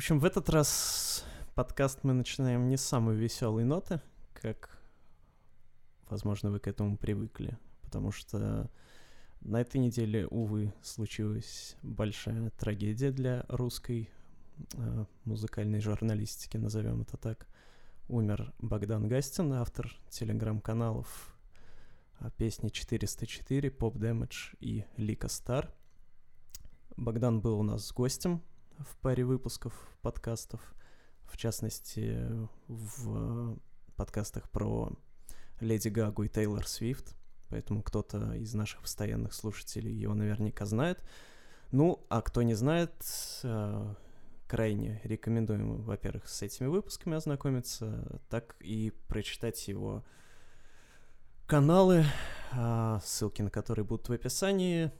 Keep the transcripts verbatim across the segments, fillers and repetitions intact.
общем, в этот раз подкаст мы начинаем не с самой веселой ноты, как, возможно, вы к этому привыкли, потому что на этой неделе, увы, случилась большая трагедия для русской э, музыкальной журналистики, назовем это так. Умер Богдан Гастин, автор телеграм-каналов песни четыреста четыре, Pop Damage и Lika Star. Богдан был у нас гостем в паре выпусков подкастов, в частности, в подкастах про Леди Гагу и Тейлор Свифт, поэтому кто-то из наших постоянных слушателей его наверняка знает. Ну, а кто не знает, крайне рекомендуем, во-первых, с этими выпусками ознакомиться, так и прочитать его каналы, ссылки на которые будут в описании.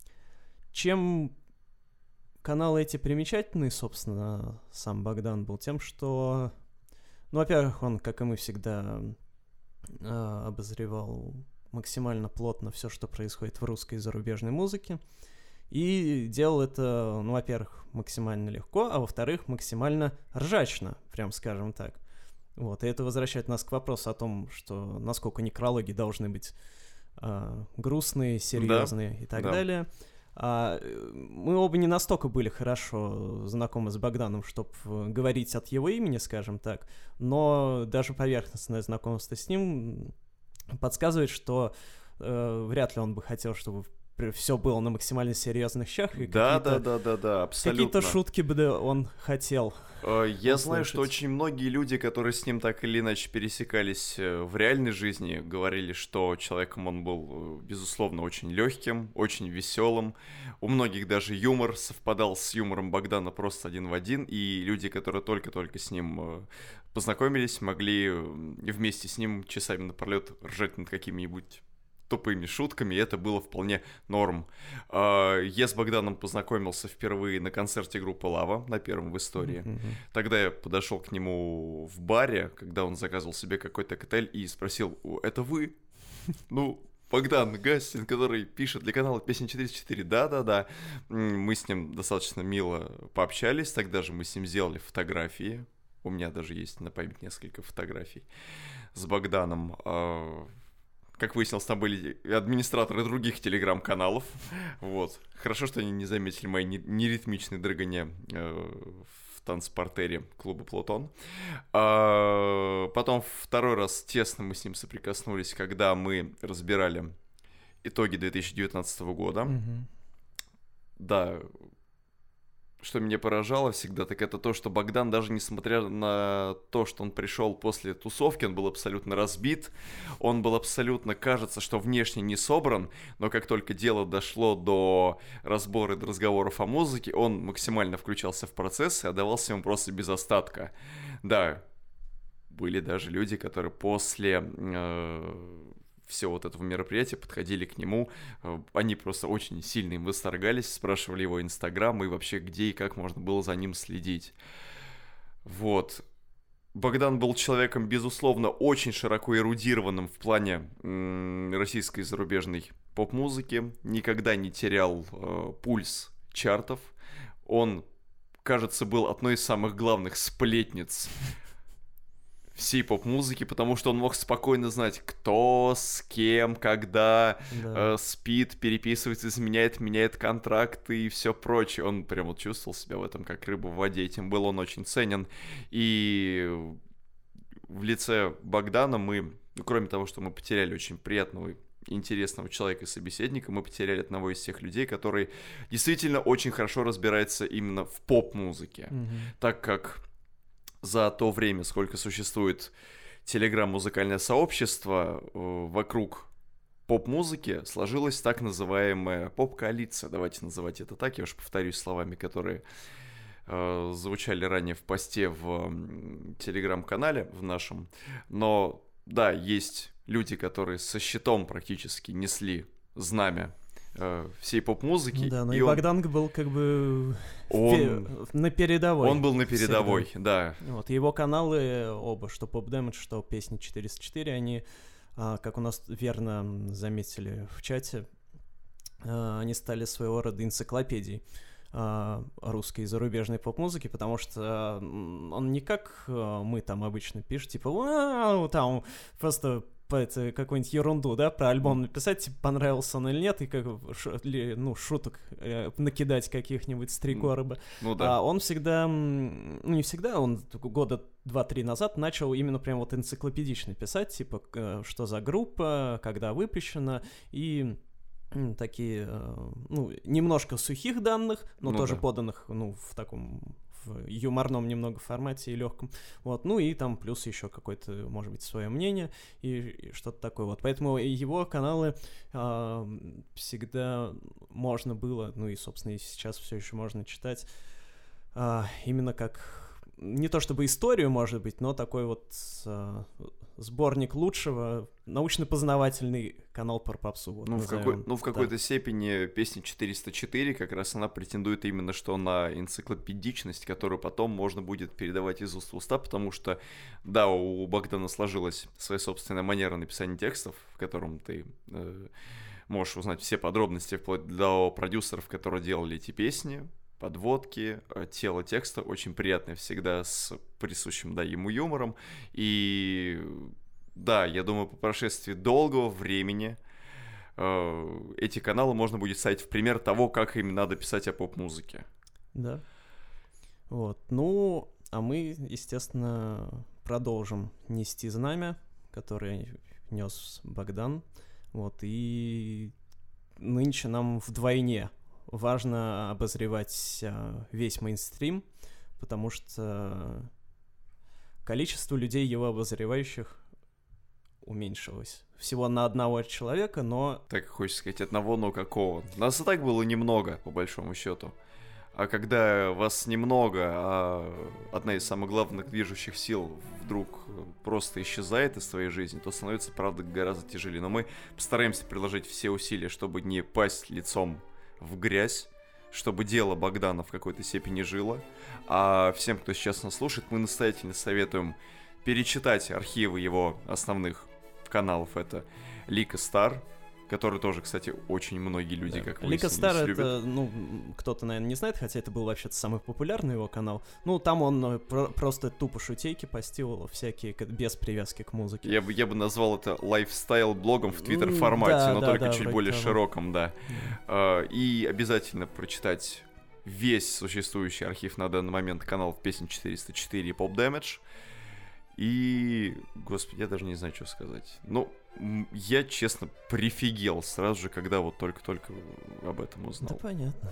Чем каналы эти примечательны, собственно, сам Богдан был тем, что, ну, во-первых, он, как и мы, всегда обозревал максимально плотно все, что происходит в русской и зарубежной музыке, и делал это, ну, во-первых, максимально легко, а во-вторых, максимально ржачно, прям скажем так. Вот, и это возвращает нас к вопросу о том, что насколько некрологи должны быть э, грустные, серьезные, да, и так да. далее. А, мы оба не настолько были хорошо знакомы с Богданом, чтобы говорить от его имени, скажем так, но даже поверхностное знакомство с ним подсказывает, что э, вряд ли он бы хотел, чтобы все было на максимально серьезных щах, и да, какие-то, да, да, да, да, абсолютно. какие-то шутки бы он хотел. Я услышать. знаю, что очень многие люди, которые с ним так или иначе пересекались в реальной жизни, говорили, что человеком он был, безусловно, очень легким, очень веселым. У многих даже юмор совпадал с юмором Богдана просто один в один, и люди, которые только-только с ним познакомились, могли вместе с ним часами напролет ржать над какими-нибудь тупыми шутками, и это было вполне норм. Я с Богданом познакомился впервые на концерте группы Лава, на первом в истории. Mm-hmm. Тогда я подошел к нему в баре, когда он заказывал себе какой-то коктейль, и спросил: «Это вы?» Ну, Богдан Гастин, который пишет для канала Песня четыреста четыре. Да-да-да. Мы с ним достаточно мило пообщались, тогда же мы с ним сделали фотографии. У меня даже есть на память несколько фотографий с Богданом. Как выяснилось, там были администраторы других телеграм-каналов. Вот. Хорошо, что они не заметили мои неритмичные дрыгания э, в танцпартере клуба «Плутон». А потом второй раз тесно мы с ним соприкоснулись, когда мы разбирали итоги две тысячи девятнадцатого года. Mm-hmm. Да. Что меня поражало всегда, так это то, что Богдан, даже несмотря на то, что он пришел после тусовки, он был абсолютно разбит, он был абсолютно, кажется, что внешне не собран, но как только дело дошло до разбора и до разговоров о музыке, он максимально включался в процесс и отдавался ему просто без остатка. Да, были даже люди, которые после... Э- все вот этого мероприятия подходили к нему, они просто очень сильно им восторгались, спрашивали его инстаграм и вообще где и как можно было за ним следить. Вот. Богдан был человеком, безусловно, очень широко эрудированным в плане м- российской и зарубежной поп-музыки, никогда не терял э, пульс чартов. Он, кажется, был одной из самых главных сплетниц всей поп-музыки, потому что он мог спокойно знать, кто, с кем, когда да. э, спит, переписывается, изменяет, меняет контракты и все прочее. Он прям вот чувствовал себя в этом как рыба в воде, этим был он очень ценен. И в лице Богдана мы, ну, кроме того, что мы потеряли очень приятного, интересного человека и собеседника, мы потеряли одного из тех людей, который действительно очень хорошо разбирается именно в поп-музыке, mm-hmm. так как за то время, сколько существует телеграм-музыкальное сообщество, вокруг поп-музыки сложилась так называемая поп-коалиция. Давайте называть это так. Я уж повторюсь словами, которые э, звучали ранее в посте в э, телеграм-канале в нашем. Но да, есть люди, которые со щитом практически несли знамя всей поп-музыки. Да, но и, и он... Богдан был как бы он... на передовой. Он был на передовой, всегда. да. Вот, его каналы оба, что Pop Damage, что Песня четыреста четыре, они, как у нас верно заметили в чате, они стали своего рода энциклопедией э, русской и зарубежной поп-музыки, потому что он не как э, мы там обычно пишем, типа, вау, там просто это, какую-нибудь ерунду, да, про альбом написать, типа, понравился он или нет, и как, ш, ли, ну, шуток э, накидать каких-нибудь с три короба. Ну да. А он всегда, ну не всегда, он года два-три назад начал именно прям вот энциклопедично писать, типа, э, что за группа, когда выпущена, и м, такие, э, ну, немножко сухих данных, но Ну тоже да. поданных, ну, в таком... в юморном немного формате и легком, вот, ну и там плюс еще какое-то, может быть, свое мнение и, и что-то такое, вот, поэтому его каналы э, всегда можно было, ну и, собственно, и сейчас все еще можно читать э, именно как, не то чтобы историю, может быть, но такой вот э, сборник лучшего, научно-познавательный канал про попсу. Вот, ну, в какой, ну, в какой-то да. степени песня четыреста четыре как раз она претендует именно что на энциклопедичность, которую потом можно будет передавать из уст в уста, потому что, да, у Богдана сложилась своя собственная манера написания текстов, в котором ты э, можешь узнать все подробности, вплоть до продюсеров, которые делали эти песни, подводки, тело текста очень приятное всегда, с присущим, да, ему юмором. И да, я думаю, по прошествии долгого времени э, эти каналы можно будет ставить в пример того, как им надо писать о поп-музыке. Да. Вот. Ну, а мы, естественно, продолжим нести знамя, которое нес Богдан. Вот. И нынче нам вдвойне важно обозревать а, весь мейнстрим, потому что количество людей, его обозревающих, уменьшилось. Всего на одного человека, но... Так хочется сказать, одного, но какого? Нас и так было немного, по большому счету. А когда вас немного, а одна из самых главных движущих сил вдруг просто исчезает из твоей жизни, то становится, правда, гораздо тяжелее. Но мы постараемся приложить все усилия, чтобы не пасть лицом в грязь, чтобы дело Богдана в какой-то степени жило. А всем, кто сейчас нас слушает, мы настоятельно советуем перечитать архивы его основных каналов. Это Лика Стар, который тоже, кстати, очень многие люди, да. как выяснились, Лика Стар любят. Это, ну, кто-то, наверное, не знает, хотя это был вообще-то самый популярный его канал. Ну, там он про- просто тупо шутейки постил всякие, без привязки к музыке. Я бы, я бы назвал это лайфстайл-блогом в твиттер-формате, да, но да, только да, чуть более того. широком, да. Mm. И обязательно прочитать весь существующий архив на данный момент каналов песен четыреста четыре и Pop Damage. И, господи, я даже не знаю, что сказать. Ну, я, честно, прифигел сразу же, когда вот только-только об этом узнал. Да, понятно.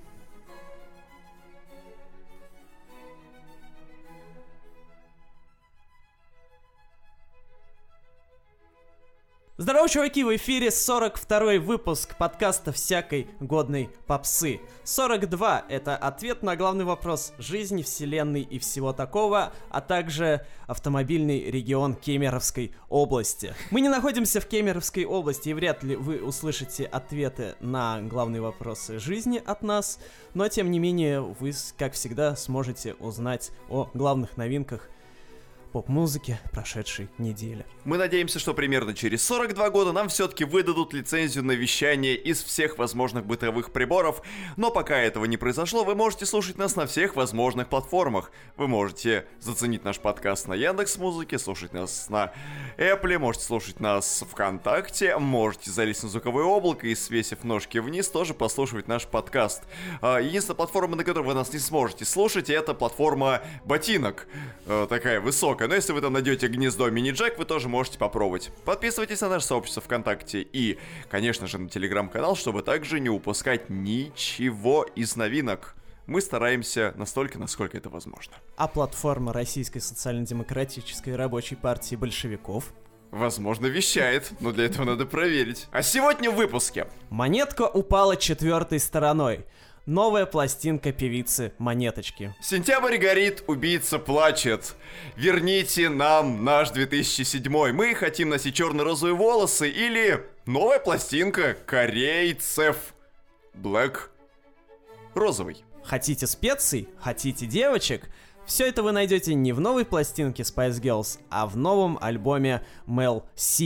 Здорово, чуваки! В эфире сорок второй выпуск подкаста «Всякой годной попсы». сорок два — это ответ на главный вопрос жизни, вселенной и всего такого, а также автомобильный регион Кемеровской области. Мы не находимся в Кемеровской области, и вряд ли вы услышите ответы на главные вопросы жизни от нас, но тем не менее вы, как всегда, сможете узнать о главных новинках поп-музыки прошедшей недели. Мы надеемся, что примерно через сорок два года нам все-таки выдадут лицензию на вещание из всех возможных бытовых приборов, но пока этого не произошло, вы можете слушать нас на всех возможных платформах. Вы можете заценить наш подкаст на Яндекс.Музыке, слушать нас на Apple, можете слушать нас ВКонтакте, можете залезть на звуковое облако и, свесив ножки вниз, тоже послушать наш подкаст. Единственная платформа, на которой вы нас не сможете слушать, это платформа ботинок, такая высокая. Но если вы там найдете гнездо мини-джек, вы тоже можете попробовать. Подписывайтесь на наше сообщество ВКонтакте и, конечно же, на телеграм-канал, чтобы также не упускать ничего из новинок. Мы стараемся настолько, насколько это возможно. А платформа Российской социально-демократической рабочей партии большевиков? Возможно, вещает, но для этого надо проверить. А сегодня в выпуске. Монетка упала четвертой стороной. Новая пластинка певицы Монеточки. Сентябрь горит, убийца плачет. Верните нам наш две тысячи седьмой. Мы хотим носить черно-розовые волосы. Или новая пластинка корейцев. Black розовый. Хотите специй? Хотите девочек? Все это вы найдете не в новой пластинке Spice Girls, а в новом альбоме Mel C.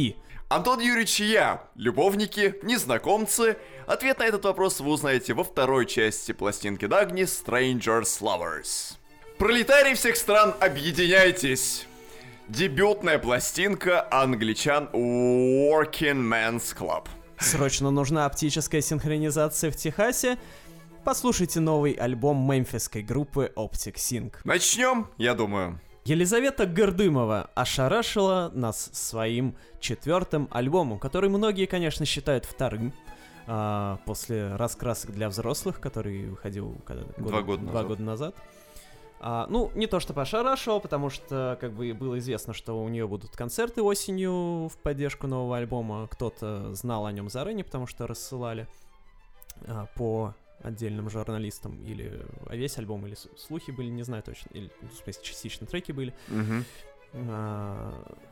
Антон Юрьевич и я, любовники, незнакомцы? Ответ на этот вопрос вы узнаете во второй части пластинки Дагни Stranger's Lovers. Пролетарии всех стран, объединяйтесь! Дебютная пластинка англичан Working Men's Club. Срочно нужна оптическая синхронизация в Техасе? Послушайте новый альбом мемфисской группы Optic Sync. Начнем, я думаю. Елизавета Гордымова ошарашила нас своим четвертым альбомом, который многие, конечно, считают вторым, а, после «Раскрасок для взрослых», который выходил когда, два, года два назад. года назад. А, ну, не то чтобы ошарашила, потому что как бы было известно, что у нее будут концерты осенью в поддержку нового альбома. Кто-то знал о нем заранее, потому что рассылали а, по отдельным журналистам, или а весь альбом, или слухи были, не знаю точно, или, в смысле, частично треки были. Угу. А,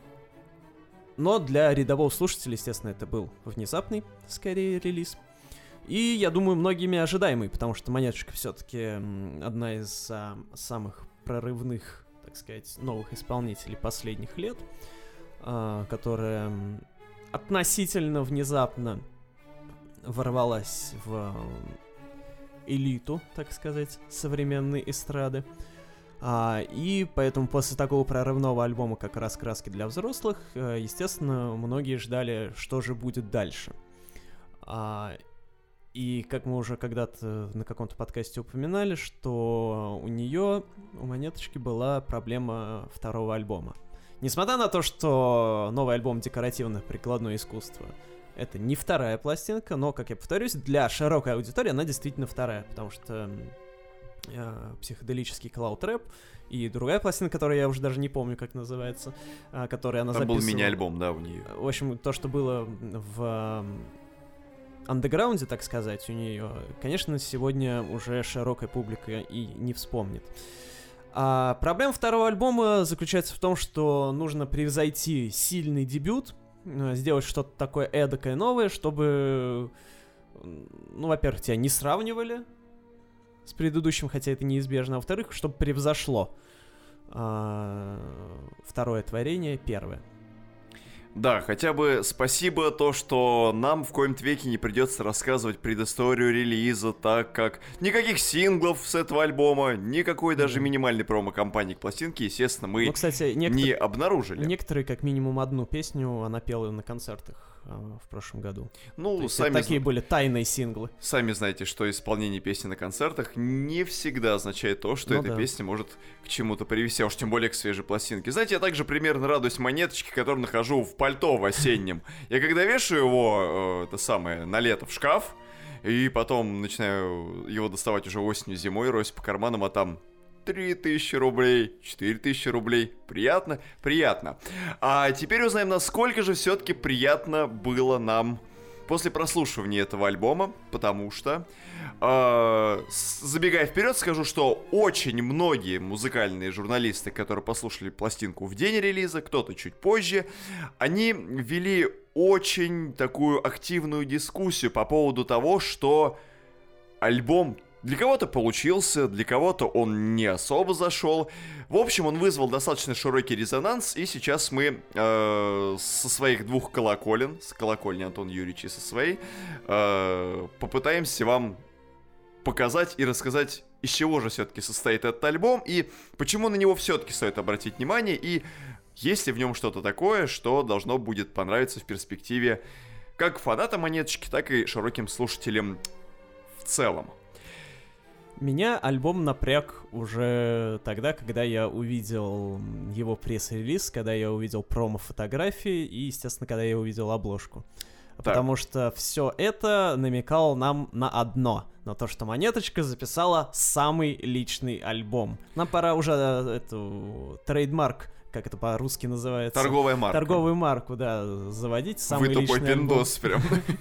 но для рядового слушателя, естественно, это был внезапный, скорее, релиз. И, я думаю, многими ожидаемый, потому что «Монеточка» все-таки одна из а, самых прорывных, так сказать, новых исполнителей последних лет, а, которая относительно внезапно ворвалась в элиту, так сказать, современной эстрады. А, и поэтому после такого прорывного альбома, как «Раскраски для взрослых», естественно, многие ждали, что же будет дальше. А, и как мы уже когда-то на каком-то подкасте упоминали, что у нее, у «Монеточки» была проблема второго альбома. Несмотря на то, что новый альбом «Декоративно-прикладное искусство» — это не вторая пластинка, но, как я повторюсь, для широкой аудитории она действительно вторая, потому что э, психоделический клауд-рэп и другая пластинка, которую я уже даже не помню, как называется, э, которая она Там записывала. был мини-альбом, да, у нее. В общем, то, что было в андеграунде, так сказать, у нее, конечно, сегодня уже широкая публика и не вспомнит. А проблема второго альбома заключается в том, что нужно превзойти сильный дебют, сделать что-то такое эдакое новое, чтобы, ну, во-первых, тебя не сравнивали с предыдущим, хотя это неизбежно, а во-вторых, чтобы превзошло а, второе творение первое. Да, хотя бы спасибо то, что нам в коем-то веке не придется рассказывать предысторию релиза, так как никаких синглов с этого альбома, никакой даже минимальной промо-компании к пластинке, естественно, мы ну, кстати, некотор... не обнаружили. Некоторые, как минимум, одну песню она пела на концертах а, в прошлом году. Ну, то есть сами такие зна... были тайные синглы. Сами знаете, что исполнение песни на концертах не всегда означает то, что ну, эта да. песня может к чему-то привести, а уж тем более к свежей пластинке. Знаете, я также примерно радуюсь «Монеточке», которую нахожу в пальто в осеннем. Я когда вешаю его, это самое, на лето в шкаф, и потом начинаю его доставать уже осенью, зимой, роюсь по карманам, а там три тысячи рублей, четыре тысячи рублей. Приятно? Приятно. А теперь узнаем, насколько же все-таки приятно было нам после прослушивания этого альбома, потому что, э, забегая вперед, скажу, что очень многие музыкальные журналисты, которые послушали пластинку в день релиза, кто-то чуть позже, они вели очень такую активную дискуссию по поводу того, что альбом для кого-то получился, для кого-то он не особо зашел. В общем, он вызвал достаточно широкий резонанс, и сейчас мы э, со своих двух колоколен, с колокольни Антона Юрьевича и со своей, э, попытаемся вам показать и рассказать, из чего же все-таки состоит этот альбом, и почему на него все-таки стоит обратить внимание, и есть ли в нем что-то такое, что должно будет понравиться в перспективе как фанатам «Монеточки», так и широким слушателям в целом. Меня альбом напряг уже тогда, когда я увидел его пресс-релиз, когда я увидел промо-фотографии и, естественно, когда я увидел обложку. Так. Потому что все это намекало нам на одно, на то, что «Монеточка» записала самый личный альбом. Нам пора уже эту трейдмарк, как это по-русски называется? Торговая марка. Торговую марку, да, заводить. Самый Вы личный тупой пиндос прям.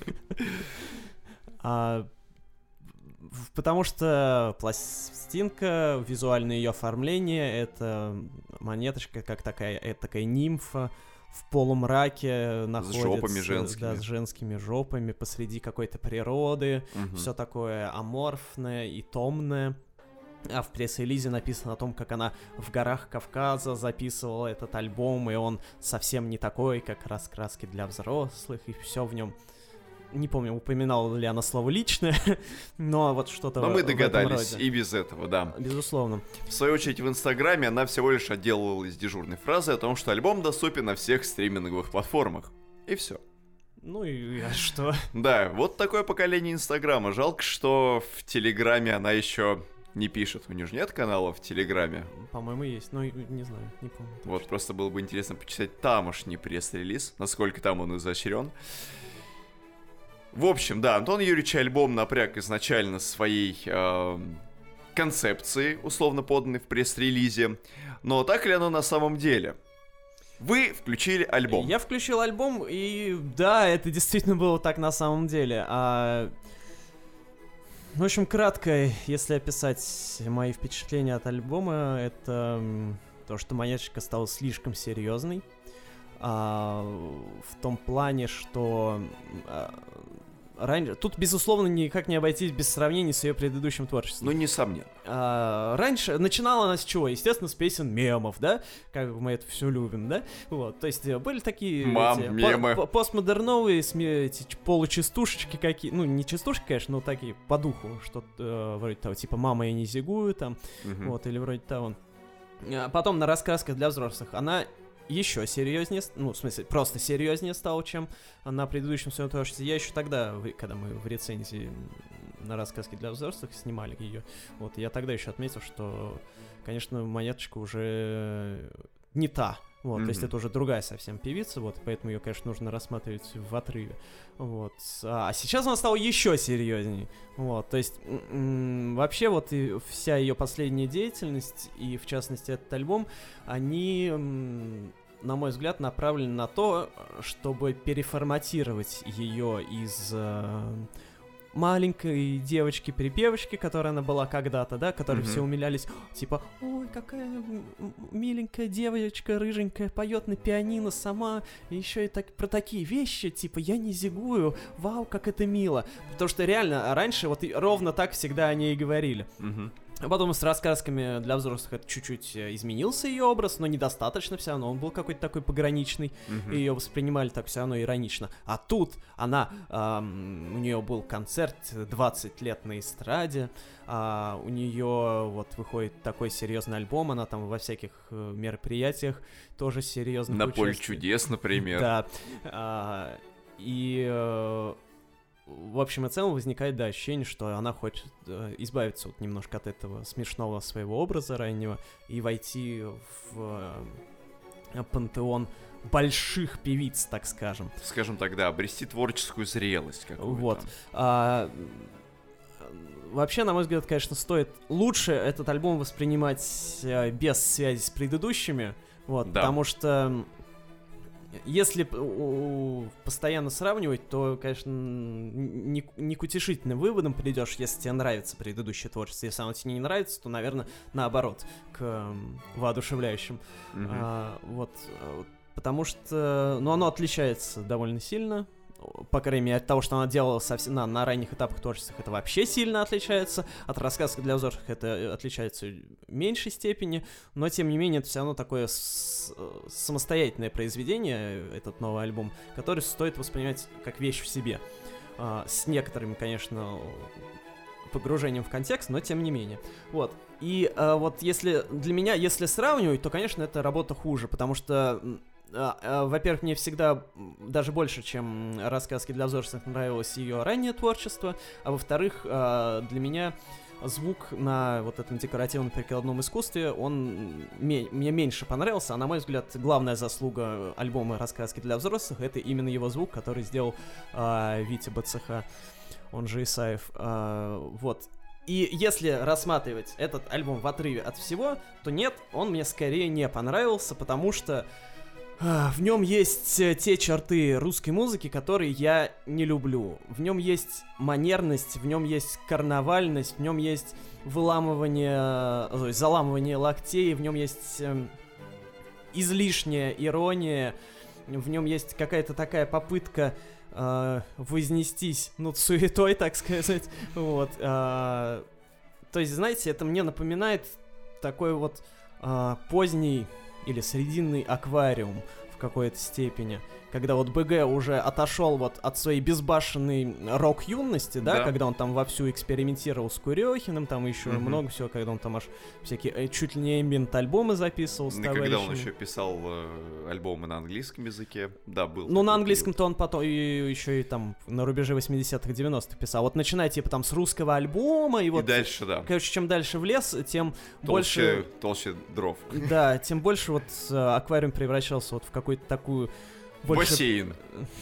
Потому что пластинка, визуальное ее оформление, это «Монеточка» как такая, это такая нимфа в полумраке находится. С жопами женскими. Да, с женскими жопами посреди какой-то природы. Угу. Все такое аморфное и томное. А в пресс-релизе написано о том, как она в горах Кавказа записывала этот альбом, и он совсем не такой, как раскраски для взрослых, и все в нем. Не помню, упоминала ли она слово «личное», но вот что-то Но в, мы в догадались этом роде. и без этого, да. Безусловно. В свою очередь в Инстаграме она всего лишь отделалась дежурной фразой о том, что альбом доступен на всех стриминговых платформах. И все. Ну и а что? Да, вот такое поколение Инстаграма. Жалко, что в Телеграме она еще не пишет. У нее же нет канала в Телеграме. По-моему, есть, но не знаю, не помню. Вот точно. просто было бы интересно почитать тамошний пресс-релиз, насколько там он изощрен. В общем, да, Антон Юрьевич альбом напряг изначально своей э, концепции, условно поданной в пресс-релизе. Но так ли оно на самом деле? Вы включили альбом. Я включил альбом, и да, это действительно было так на самом деле. А... В общем, кратко, если описать мои впечатления от альбома, это то, что «Монеточка» стала слишком серьезной. А, в том плане, что... А, Раньше... Тут, безусловно, никак не обойтись без сравнений с ее предыдущим творчеством. Ну, несомненно. А, раньше начинала она с чего? Естественно, с песен мемов, да? Как мы это все любим, да? Вот, то есть были такие... Мам, эти, мемы. По- постмодерновые сме- эти получастушечки какие... Ну, не частушки, конечно, но такие по духу, что-то э, вроде того, типа «Мама, я не зигую», там, Мгм. вот, или вроде того. А потом на раскрасках для взрослых она еще серьезнее, ну, в смысле, просто серьезнее стала, чем на предыдущем своем творчестве. Я еще тогда, когда мы в рецензии на рассказки для взрослых снимали ее, вот, я тогда еще отметил, что, конечно, «Монеточка» уже не та. Вот, mm-hmm. то есть это уже другая совсем певица, вот, поэтому ее, конечно, нужно рассматривать в отрыве. Вот. А сейчас она стала еще серьезнее. Вот, то есть м-м, вообще вот и вся ее последняя деятельность, и в частности этот альбом, они, м- на мой взгляд, направлены на то, чтобы переформатировать ее из... Э- маленькой девочки-припевочки, которая она была когда-то, да, которой mm-hmm. все умилялись, типа, ой, какая миленькая девочка, рыженькая, поет на пианино сама, и еще и так про такие вещи, типа, я не зигую, вау, как это мило. Потому что реально, раньше вот ровно так всегда они и говорили. Mm-hmm. А потом с рассказками для взрослых это чуть-чуть изменился ее образ, но недостаточно все равно, он был какой-то такой пограничный, mm-hmm. и ее воспринимали так все равно иронично. А тут она, эм, у нее был концерт двадцать лет на эстраде, а у нее вот выходит такой серьезный альбом, она там во всяких э, мероприятиях тоже серьезно На «Поле чудес», например. Да, а, и... Э, в общем и целом возникает, да, ощущение, что она хочет э, избавиться вот немножко от этого смешного своего образа раннего и войти в э, пантеон больших певиц, так скажем. Скажем так, да, обрести творческую зрелость какую-то. Вот. А, вообще, на мой взгляд, конечно, стоит лучше этот альбом воспринимать э, без связи с предыдущими, вот, да. Потому что если постоянно сравнивать, то, конечно, не, не к утешительным выводам придешь, если тебе нравится предыдущее творчество. Если оно тебе не нравится, то, наверное, наоборот, к воодушевляющим. Mm-hmm. А, вот, потому что, ну, оно отличается довольно сильно. По крайней мере, от того, что она делала совсем на, на ранних этапах творчества, это вообще сильно отличается. От рассказок для взрослых это отличается в меньшей степени. Но, тем не менее, это все равно такое с- самостоятельное произведение, этот новый альбом, который стоит воспринимать как вещь в себе. А, с некоторым, конечно, погружением в контекст, но тем не менее. Вот. И а, вот если для меня, если сравнивать, то, конечно, это работа хуже, потому что... А, а, во-первых, мне всегда даже больше, чем рассказки для взрослых, нравилось ее раннее творчество, а во-вторых, а, для меня звук на вот этом декоративном прикладном искусстве, он мне, мне меньше понравился, а на мой взгляд, главная заслуга альбома «Рассказки для взрослых» — это именно его звук, который сделал а, Витя БЦХ, он же Исаев, а, вот. И если рассматривать этот альбом в отрыве от всего, то нет, он мне скорее не понравился, потому что в нем есть те черты русской музыки, которые я не люблю. В нем есть манерность, в нем есть карнавальность, в нем есть выламывание, ой, заламывание локтей, в нем есть э, излишняя ирония, в нем есть какая-то такая попытка э, вознестись над суетой, так сказать. Вот. Э, то есть, знаете, это мне напоминает такой вот а, поздний или срединный аквариум в какой-то степени, когда вот БГ уже отошел вот от своей безбашенной рок-юности, да, да, когда он там вовсю экспериментировал с Курехиным, там еще mm-hmm. много всего, когда он там аж всякие чуть ли не эмбиент-альбомы записывал с ну, товарищами. Когда он еще писал э, альбомы на английском языке, да, был. Ну, на английском-то он потом и, еще и там на рубеже восьмидесятых, девяностых писал. Вот начиная типа там с русского альбома, и вот... И дальше, да. Короче, чем дальше в лес, тем толще, больше... Толще дров. Да, тем больше вот аквариум превращался вот в какую-то такую... Больше... Бассейн.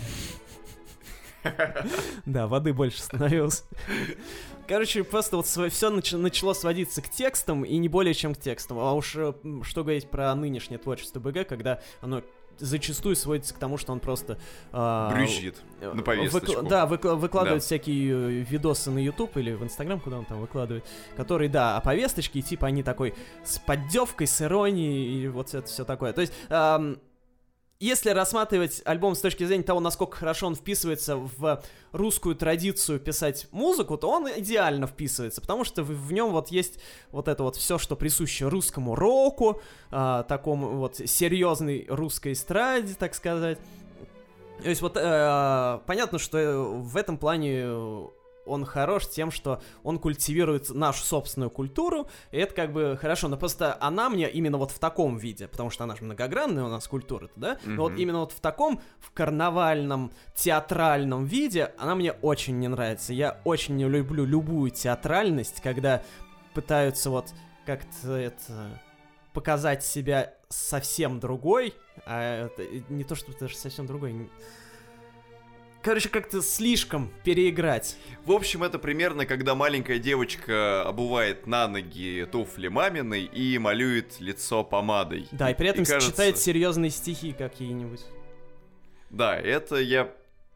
Да, воды больше становилось. Короче, просто вот все начало сводиться к текстам, и не более чем к текстам. А уж что говорить про нынешнее творчество БГ, когда оно зачастую сводится к тому, что он просто... брюзжит на повесточку. Выкла- да, выкла- выкладывает да. всякие видосы на YouTube или в Инстаграм, куда он там выкладывает, которые, да, о повесточке, и типа они такой с поддевкой, с иронией, и вот это все такое. То есть... Эм, Если рассматривать альбом с точки зрения того, насколько хорошо он вписывается в русскую традицию писать музыку, то он идеально вписывается, потому что в, в нем вот есть вот это вот все, что присуще русскому року, а, такому вот серьезной русской эстраде, так сказать. То есть вот а, понятно, что в этом плане... он хорош тем, что он культивирует нашу собственную культуру, и это как бы хорошо, но просто она мне именно вот в таком виде, потому что она же многогранная у нас культура-то, да? Mm-hmm. Но вот именно вот в таком, в карнавальном, театральном виде она мне очень не нравится. Я очень не люблю любую театральность, когда пытаются вот как-то это... показать себя совсем другой, а это не то, что даже совсем другой... Короче, как-то слишком переиграть. В общем, это примерно, когда маленькая девочка обувает на ноги туфли маминой и малюет лицо помадой. Да, и при этом и кажется... читает серьезные стихи какие-нибудь. Да, это я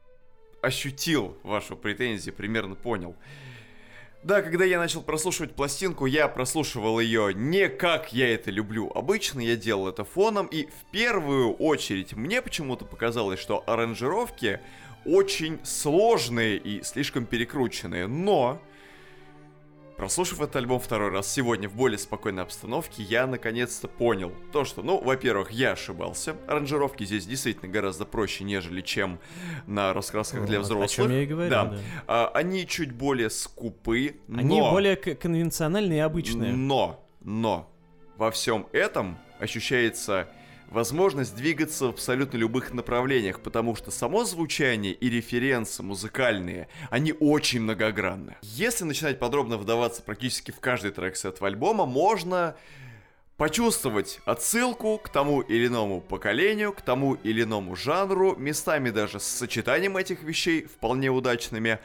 ощутил вашу претензию, примерно понял. Да, когда я начал прослушивать пластинку, я прослушивал ее не как я это люблю. Обычно я делал это фоном, и в первую очередь мне почему-то показалось, что аранжировки очень сложные и слишком перекрученные, но, прослушав этот альбом второй раз сегодня в более спокойной обстановке, я наконец-то понял то, что, ну, во-первых, я ошибался, аранжировки здесь действительно гораздо проще, нежели чем на раскрасках для взрослых. О чем я и говорю, да. да. А, они чуть более скупы, но... Они более к- конвенциональные и обычные. Но, но, во всем этом ощущается... возможность двигаться в абсолютно любых направлениях, потому что само звучание и референсы музыкальные, они очень многогранны. Если начинать подробно вдаваться практически в каждый трек с этого альбома, можно почувствовать отсылку к тому или иному поколению, к тому или иному жанру, местами даже с сочетанием этих вещей вполне удачными.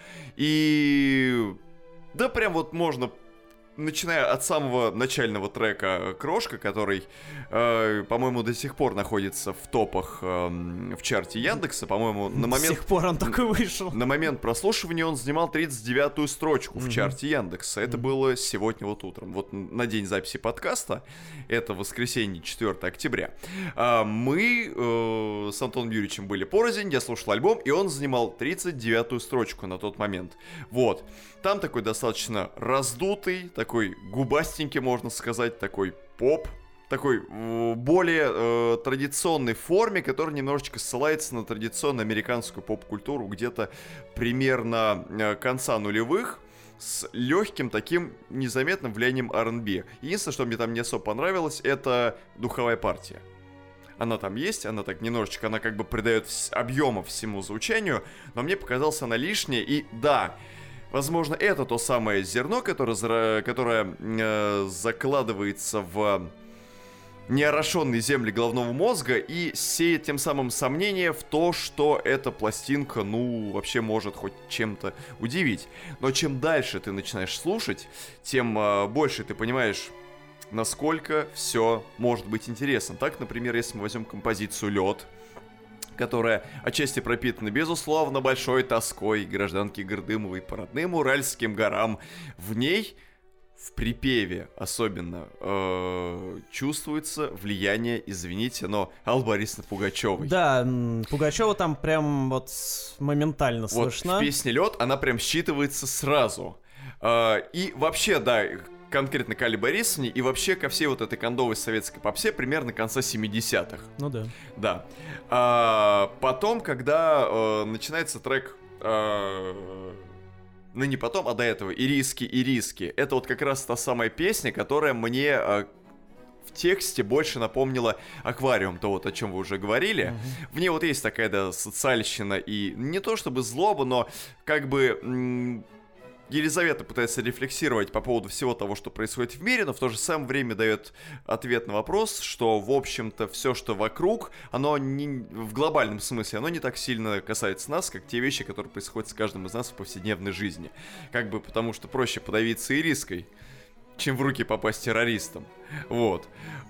И да прям вот можно... начиная от самого начального трека «Крошка», который, э, по-моему, до сих пор находится в топах э, в чарте Яндекса, по-моему, на момент... До сих пор он такой вышел. На момент прослушивания он занимал тридцать девятую строчку mm-hmm. в чарте Яндекса. Это mm-hmm. было сегодня вот утром. Вот на день записи подкаста, это воскресенье, четвёртого октября, э, мы э, с Антоном Юрьевичем были порознь, я слушал альбом, и он занимал тридцать девятую строчку на тот момент. Вот. Там такой достаточно раздутый, такой губастенький, можно сказать, такой поп, такой в более э, традиционной форме, который немножечко ссылается на традиционную американскую поп-культуру где-то примерно э, конца нулевых, с легким таким незаметным влиянием ар энд би. Единственное, что мне там не особо понравилось, это духовая партия. Она там есть, она так немножечко, она как бы придает объема всему звучанию, но мне показалось она лишняя, и да... возможно, это то самое зерно, которое, которое э, закладывается в неорошенные земли головного мозга и сеет тем самым сомнение в то, что эта пластинка, ну, вообще может хоть чем-то удивить. Но чем дальше ты начинаешь слушать, тем э, больше ты понимаешь, насколько все может быть интересно. Так, например, если мы возьмем композицию «Лед», которая отчасти пропитана, безусловно, большой тоской гражданки Гордымовой по родным Уральским горам. В ней, в припеве особенно, э, чувствуется влияние, извините, но Аллы Борисовны Пугачевой. Да, Пугачева там прям вот моментально слышно. Вот в песне «Лед» она прям считывается сразу. Э, и вообще, да... конкретно Калле Борисовне и вообще ко всей вот этой кондовой советской попсе примерно конца семидесятых. Ну да. Да. А, потом, когда э, начинается трек... Э, ну не потом, а до этого, «Ириски, ириски». Это вот как раз та самая песня, которая мне... Э, в тексте больше напомнила «Аквариум», то вот о чем вы уже говорили. Uh-huh. В ней вот есть такая, да, социальщина и не то чтобы злоба, но как бы м- Елизавета пытается рефлексировать по поводу всего того, что происходит в мире, но в то же самое время дает ответ на вопрос, что, в общем-то, все, что вокруг, оно не, в глобальном смысле, оно не так сильно касается нас, как те вещи, которые происходят с каждым из нас в повседневной жизни. Как бы потому что проще подавиться ириской, чем в руки попасть террористам. Вот.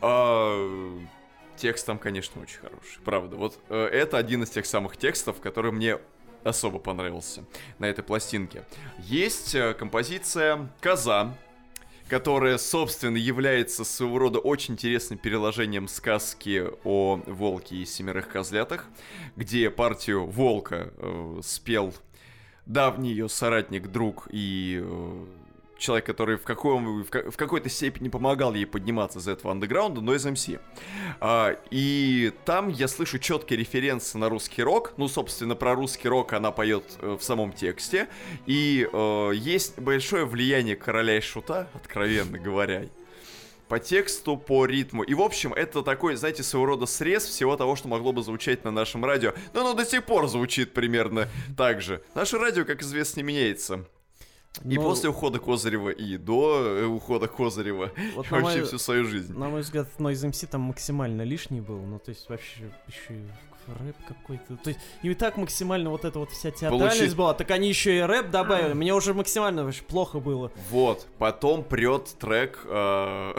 А, текст там, конечно, очень хороший. Правда. Вот э, это один из тех самых текстов, который мне особо понравился на этой пластинке. Есть э, композиция «Коза», которая, собственно, является своего рода очень интересным переложением сказки о волке и семерых козлятах, где партию волка э, спел давний ее соратник, друг и... Э, человек, который в, каком, в, в какой-то степени помогал ей подниматься из этого андеграунда, но из эм си. А, и там я слышу четкие референсы на русский рок. Ну, собственно, про русский рок она поет э, в самом тексте. И э, есть большое влияние Короля и Шута, откровенно говоря, по тексту, по ритму. И, в общем, это такой, знаете, своего рода срез всего того, что могло бы звучать на нашем радио. Но оно до сих пор звучит примерно так же. Наше радио, как известно, не меняется. И Но... после ухода Козырева, и до ухода Козырева, вот вообще мой... всю свою жизнь. На мой взгляд, Noise эм си там максимально лишний был, ну то есть вообще еще и рэп какой-то. То есть и так максимально вот эта вот вся театральность Получи... была, так они еще и рэп добавили, мне уже максимально вообще плохо было. Вот, потом прет трек... Э...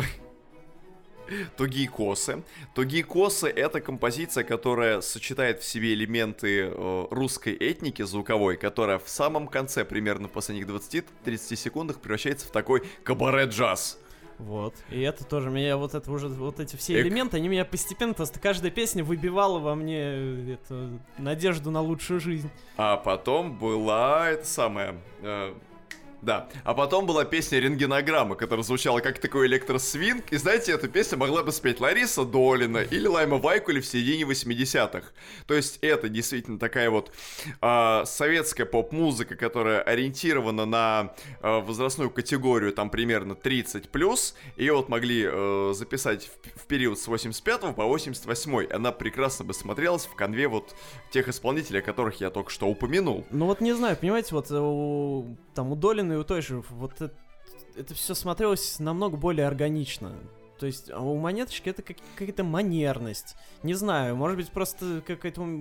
«Тугие косы». «Тугие косы» — это композиция, которая сочетает в себе элементы э, русской этники звуковой, которая в самом конце, примерно в последних двадцати-тридцати секундах, превращается в такой кабаре-джаз. Вот. И это тоже меня вот это уже вот эти все Эк... элементы, они меня постепенно, просто каждая песня выбивала во мне это, надежду на лучшую жизнь. А потом была это самое... Э... Да, а потом была песня «Рентгенограмма», которая звучала как такой электросвинг. И знаете, эту песню могла бы спеть Лариса Долина или Лайма Вайкули в середине восьмидесятых. То есть это действительно такая вот э, советская поп-музыка, которая ориентирована на э, возрастную категорию, там примерно тридцать плюс. Ее вот могли э, записать в, в период с восемьдесят пятого по восемьдесят восьмой. Она прекрасно бы смотрелась в конве вот тех исполнителей, о которых я только что упомянул. Ну вот не знаю, понимаете, вот у, там у Долины и у той же, вот это, это все смотрелось намного более органично. То есть, а у Монеточки это как, какая-то манерность. Не знаю, может быть, просто какая-то у,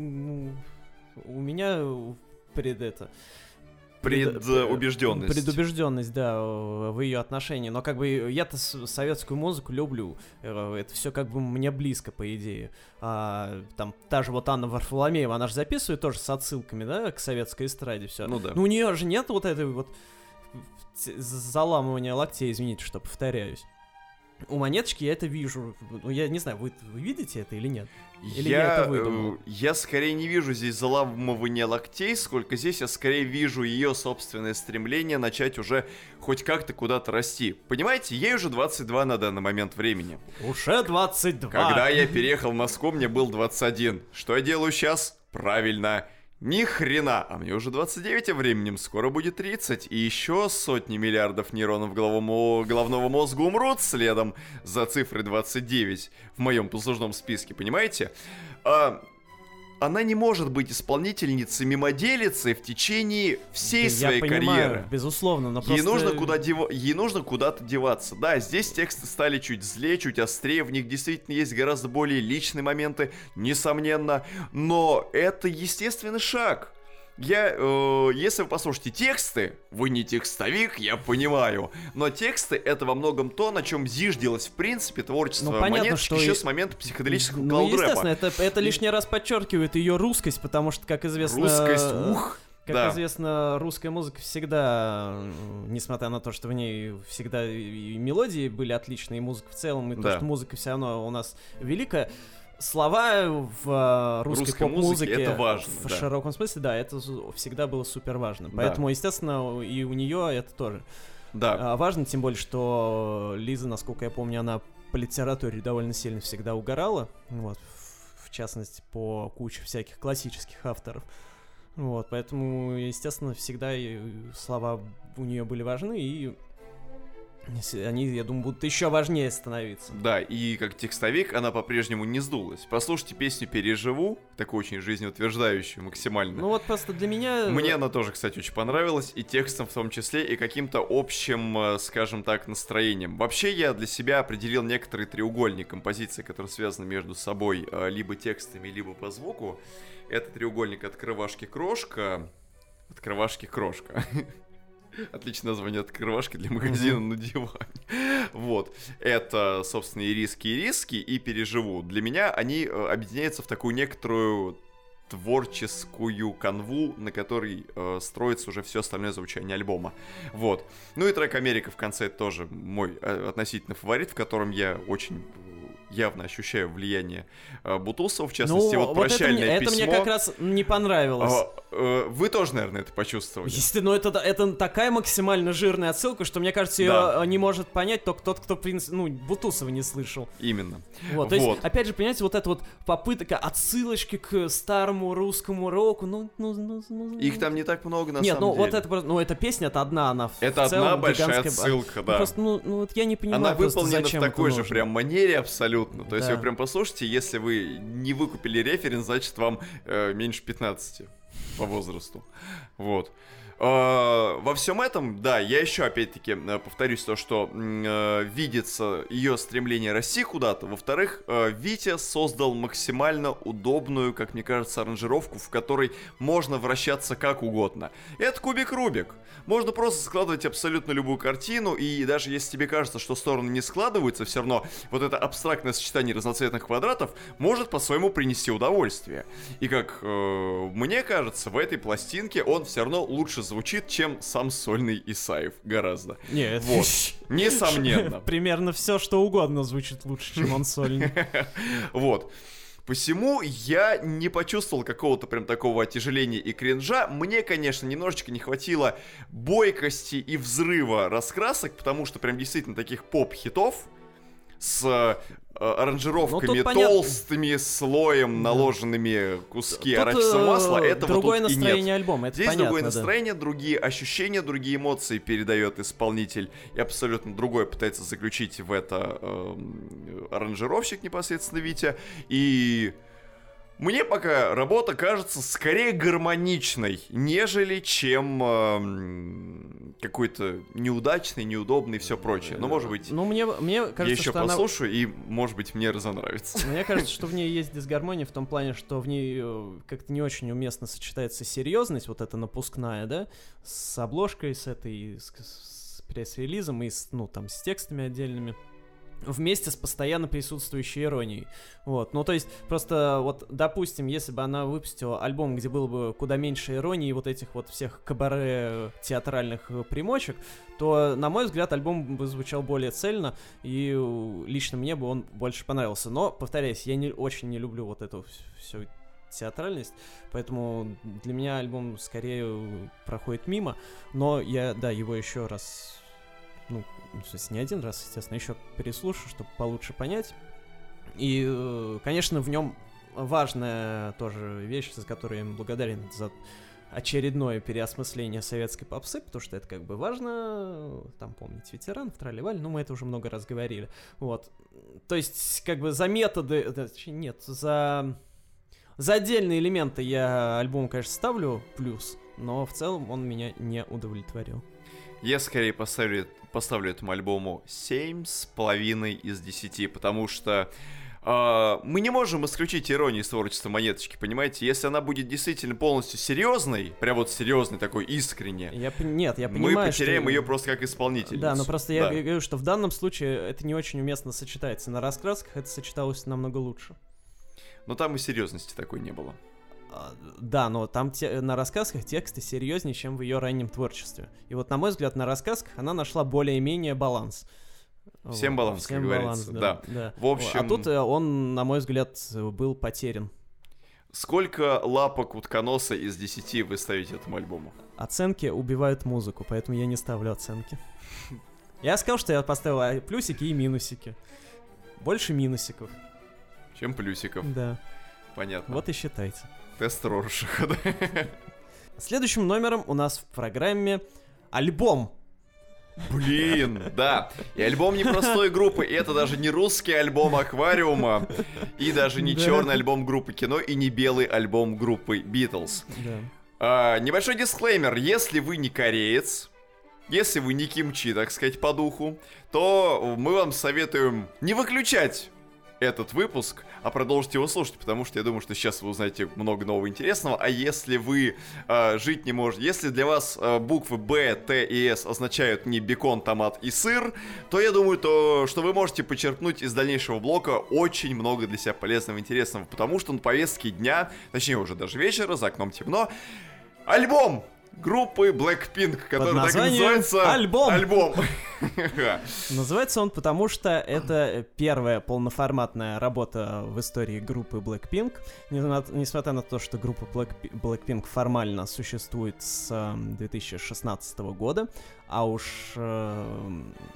у меня пред это... Предубежденность. Предубежденность, да, в ее отношении. Но как бы я-то советскую музыку люблю. Это все как бы мне близко, по идее. А, там та же вот Анна Варфоломеева, она же записывает тоже с отсылками, да, к советской эстраде все. Ну да. Но у нее же нет вот этой вот заламывания локтей, извините, что повторяюсь. У Монеточки я это вижу. Ну, я не знаю, вы, вы видите это или нет? Или я, я это выдумал? Я скорее не вижу здесь заламывания локтей, сколько здесь я скорее вижу ее собственное стремление начать уже хоть как-то куда-то расти. Понимаете, ей уже двадцать два на данный момент времени. Уже двадцать два! Когда я переехал в Москву, мне был двадцать один. Что я делаю сейчас? Правильно. Ни хрена, а мне уже двадцать девять, а временем скоро будет тридцать, и еще сотни миллиардов нейронов головому, головного мозга умрут следом за цифрой двадцать девять в моем послужном списке, понимаете? А, она не может быть исполнительницей мимоделицей в течение всей да своей я карьеры. Понимаю, безусловно, но ей просто... нужно куда дева... Ей нужно куда-то деваться. Да, здесь тексты стали чуть злее, чуть острее, в них действительно есть гораздо более личные моменты, несомненно, но это естественный шаг. Я, э, если вы послушаете тексты, вы не текстовик, я понимаю, но тексты — это во многом то, на чем зиждилось в принципе творчество ну, Монеточки еще и... с момента психоделического ну, колд-рэпа. Естественно, это, это лишний раз подчеркивает ее русскость, потому что, как известно... Русскость, ух! Как да. известно, русская музыка всегда, несмотря на то, что в ней всегда и мелодии были отличные, и музыка в целом, и да. то, что музыка все равно у нас великая, слова в русской, русской поп-музыке это важно, в да. широком смысле, да, это всегда было супер важно. Поэтому, да. естественно, и у нее это тоже Да. важно, тем более, что Лиза, насколько я помню, она по литературе довольно сильно всегда угорала, вот, в частности, по куче всяких классических авторов. Вот, поэтому, естественно, всегда слова у нее были важны, и они, я думаю, будут еще важнее становиться. Да, и как текстовик она по-прежнему не сдулась. Послушайте песню «Переживу», такую очень жизнеутверждающую максимально. Ну вот просто для меня... Мне она тоже, кстати, очень понравилась, и текстом в том числе, и каким-то общим, скажем так, настроением. Вообще я для себя определил некоторый треугольник композиций, которые связаны между собой либо текстами, либо по звуку. Это треугольник «Открывашки-крошка». «Открывашки-крошка». Отличное название «Открывашки» для магазина на диване. Вот. Это, собственно, «Ириски, Ириски» и «Переживу». Для меня они объединяются в такую некоторую творческую канву, на которой э, строится уже все остальное звучание альбома. Вот. Ну и трек «Америка» в конце тоже мой э, относительно фаворит, в котором я очень явно ощущаю влияние э, Бутусова, в частности, ну, вот «Прощальное это, письмо». Это мне как раз не понравилось. А, э, вы тоже, наверное, это почувствовали. Естественно, но это, это такая максимально жирная отсылка, что, мне кажется, ее да. не может понять только тот, кто, в принципе, ну, Бутусова не слышал. Именно. Вот, то вот. есть, опять же, понимаете, вот эта вот попытка отсылочки к старому русскому року, ну... ну, ну, ну Их там не так много, на Нет, самом ну, деле. Вот это, ну, эта песня, это одна, она в Это целом одна большая гигантская... отсылка, ну, да. Просто, ну, ну, вот я не понимаю она просто, выполнена зачем в такой это же нужно. прям манере абсолютно. То да. есть вы прям послушайте, если вы не выкупили референс, значит вам э, меньше пятнадцати по возрасту. Вот. Uh, во всем этом, да, я еще опять-таки uh, повторюсь то, что uh, видится ее стремление расти куда-то. Во-вторых, uh, Витя создал максимально удобную, как мне кажется, аранжировку, в которой можно вращаться как угодно. Это кубик Рубик. Можно просто складывать абсолютно любую картину, и даже если тебе кажется, что стороны не складываются, все равно вот это абстрактное сочетание разноцветных квадратов может по-своему принести удовольствие. И как uh, мне кажется, в этой пластинке он все равно лучше звучит, чем сам сольный Исаев. Гораздо. Нет. Вот. Несомненно. Примерно все, что угодно звучит лучше, чем он сольный. Вот. Посему я не почувствовал какого-то прям такого отяжеления и кринжа. Мне, конечно, немножечко не хватило бойкости и взрыва раскрасок, потому что прям действительно таких поп-хитов с э, аранжировками ну, толстыми понятно. слоем наложенными куски тут, арахисового масла, этого другое тут и нет. настроение альбома, это Здесь понятно, другое да. настроение, другие ощущения, другие эмоции передает исполнитель, и абсолютно другое пытается заключить в это э, аранжировщик непосредственно Витя, и... Мне пока работа кажется скорее гармоничной, нежели чем э, какой-то неудачный, неудобный и все прочее. Но, может быть, ну, мне, мне кажется, я еще что послушаю, она... и, может быть, мне разонравится. Мне кажется, что в ней есть дисгармония в том плане, что в ней как-то не очень уместно сочетается серьезность, вот эта напускная, да, с обложкой, с этой, с, с пресс-релизом и с, ну, там, с текстами отдельными. Вместе с постоянно присутствующей иронией. Вот. Ну, то есть, просто, вот, допустим, если бы она выпустила альбом, где было бы куда меньше иронии и вот этих вот всех кабаре театральных примочек, то, на мой взгляд, альбом бы звучал более цельно, и лично мне бы он больше понравился. Но, повторяюсь, я не, очень не люблю вот эту всю театральность, поэтому для меня альбом скорее проходит мимо, но я, да, его еще раз... ну, то есть не один раз, естественно, еще переслушаю, чтобы получше понять. И, конечно, в нем важная тоже вещь, за которую я им благодарен за очередное переосмысление советской попсы, потому что это как бы важно, там, помнить ветеранов, тролливали, ну, мы это уже много раз говорили. Вот. То есть, как бы за методы, нет, за, за отдельные элементы я альбом, конечно, ставлю плюс, но в целом он меня не удовлетворил. Я скорее поставлю, поставлю этому альбому семь с половиной из десяти, потому что э, мы не можем исключить иронию из творчества Монеточки, понимаете? Если она будет действительно полностью серьезной, прям вот серьезной, такой искренне, я, нет, я понимаю, мы потеряем что... ее просто как исполнительницу. Да, но просто я да. говорю, что в данном случае это не очень уместно сочетается. На раскрасках это сочеталось намного лучше. Но там и серьезности такой не было. Да, но там те, на рассказках тексты серьезнее, чем в ее раннем творчестве. И вот, на мой взгляд, на рассказках она нашла более-менее баланс. Всем вот, баланс, всем как баланс, говорится. Да, да. да. В общем... А тут он, на мой взгляд, был потерян. Сколько лапок утконоса из десяти вы ставите этому альбому? оценки убивают музыку, поэтому я не ставлю оценки. Я сказал, что я поставил плюсики и минусики. Больше минусиков. Чем плюсиков. Да. Понятно. Вот и считайте. Тест Роршаха, да? Следующим номером у нас в программе альбом. Блин, да. И альбом непростой группы, и это даже не русский альбом Аквариума, и даже не Да. черный альбом группы Кино, и не белый альбом группы Битлз. Да. А, небольшой дисклеймер. Если вы не кореец, если вы не кимчи, так сказать, по духу, то мы вам советуем не выключать этот выпуск, а продолжить его слушать, потому что я думаю, что сейчас вы узнаете много нового интересного. А если вы э, жить не можете, если для вас э, буквы Б, Т и С означают не бекон, томат и сыр, то я думаю, то, что вы можете почерпнуть из дальнейшего блока очень много для себя полезного и интересного, потому что на повестке дня, точнее уже даже вечера, за окном темно, альбом группы Blackpink, который так и называется... Альбом. Альбом. Называется он потому, что это первая полноформатная работа в истории группы Blackpink. Несмотря на то, что группа Blackpink формально существует с две тысячи шестнадцатого года, а уж э,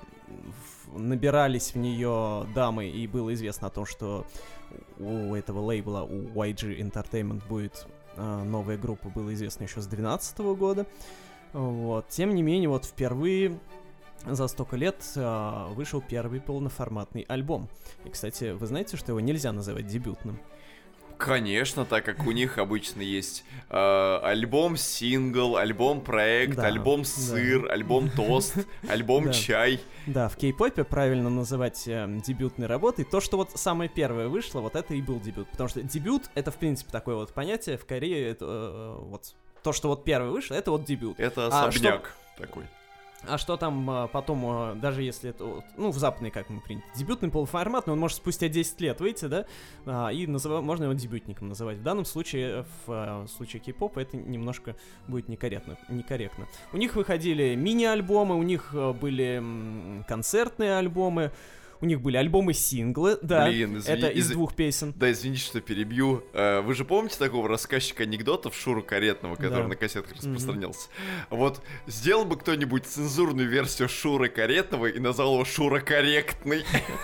набирались в нее дамы, и было известно о том, что у этого лейбла, у уай джи Entertainment будет новая группа, было известно еще с две тысячи двенадцатого года. Вот. Тем не менее, вот впервые за столько лет э, вышел первый полноформатный альбом. И, кстати, вы знаете, что его нельзя называть дебютным? Конечно, так как у них обычно есть э, альбом, сингл, альбом, проект, Да, альбом, сыр, да. альбом, тост, альбом, Да. чай. Да, в кей-попе правильно называть э, дебютной работой то, что вот самое первое вышло, вот это и был дебют. Потому что дебют — это, в принципе, такое вот понятие. В Корее это, э, вот то, что вот первое вышло, это вот дебют. Это А особняк такой. А что там а, потом, а, даже если это, вот, ну, в западной, как мы принято, дебютный полуформатный, он может спустя десять лет выйти, да, а, и называ- можно его дебютником называть. В данном случае, в, а, в случае кей-попа, это немножко будет некорректно, некорректно. У них выходили мини-альбомы, у них а, были м, концертные альбомы, у них были альбомы-синглы, да, Блин, извини- это из из- двух песен. Да, извините, что перебью. Э, Вы же помните такого рассказчика анекдотов Шуру Каретного, который Да. на кассетах распространялся? Вот сделал бы кто-нибудь цензурную версию Шуры Каретного и назвал его Шура Корректный.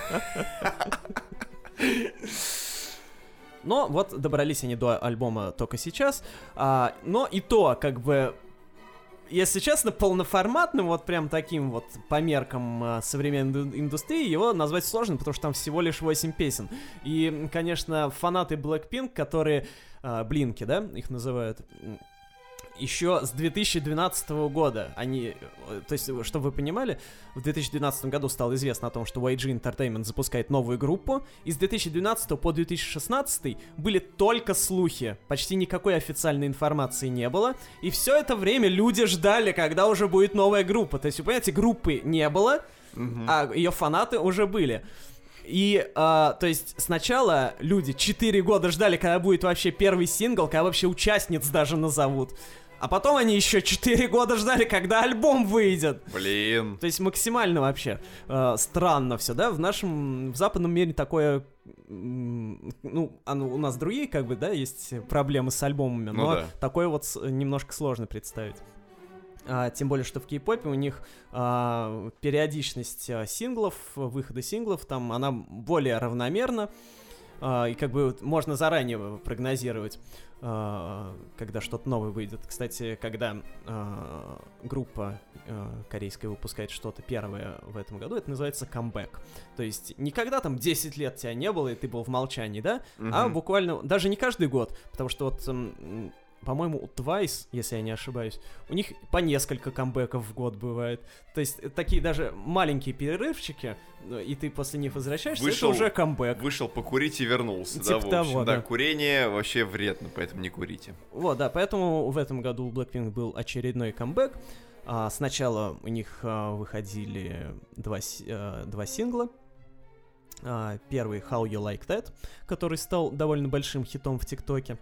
Но вот добрались они до альбома только сейчас, а, но и то, как бы, если честно, полноформатным, вот прям таким вот по меркам а, современной инду- индустрии, его назвать сложно, потому что там всего лишь восемь песен. И, конечно, фанаты Blackpink, которые, а, блинки, да, их называют, м, еще с две тысячи двенадцатого года они, э, то есть, чтобы вы понимали, в две тысячи двенадцатом году стало известно о том, что уай джи Entertainment запускает новую группу, и с две тысячи двенадцатого по две тысячи шестнадцатый были только слухи, почти никакой официальной информации не было, и все это время люди ждали, когда уже будет новая группа, то есть, вы понимаете, группы не было, Мгм. а ее фанаты уже были. И, а, то есть, сначала люди четыре года ждали, когда будет вообще первый сингл, когда вообще участниц даже назовут. А потом они еще четыре года ждали, когда альбом выйдет. Блин. То есть максимально вообще э, странно все, да? В нашем, в западном мире такое, м, ну, оно, у нас другие, как бы, да, есть проблемы с альбомами, Ну но да. такое вот с- немножко сложно представить. А, тем более, что в кей-попе у них а, периодичность а, синглов, выхода синглов, там она более равномерна, а, и как бы вот можно заранее прогнозировать, а, когда что-то новое выйдет. Кстати, когда а, группа а, корейская выпускает что-то первое в этом году, это называется камбэк. То есть никогда там десять лет тебя не было, и ты был в молчании, да? А Мгм. буквально, даже не каждый год, потому что вот... м, по-моему, у Twice, если я не ошибаюсь, у них по несколько камбэков в год бывает. То есть э, такие даже маленькие перерывчики, ну, и ты после них возвращаешься, Вышел- это уже камбэк. Вышел покурить и вернулся, да, Типа в общем. того, да, да. курение вообще вредно, поэтому не курите. Вот, да, поэтому в этом году у Blackpink был очередной камбэк. А, сначала у них а, выходили два, си- а, два сингла. А, первый How You Like That, который стал довольно большим хитом в ТикТоке.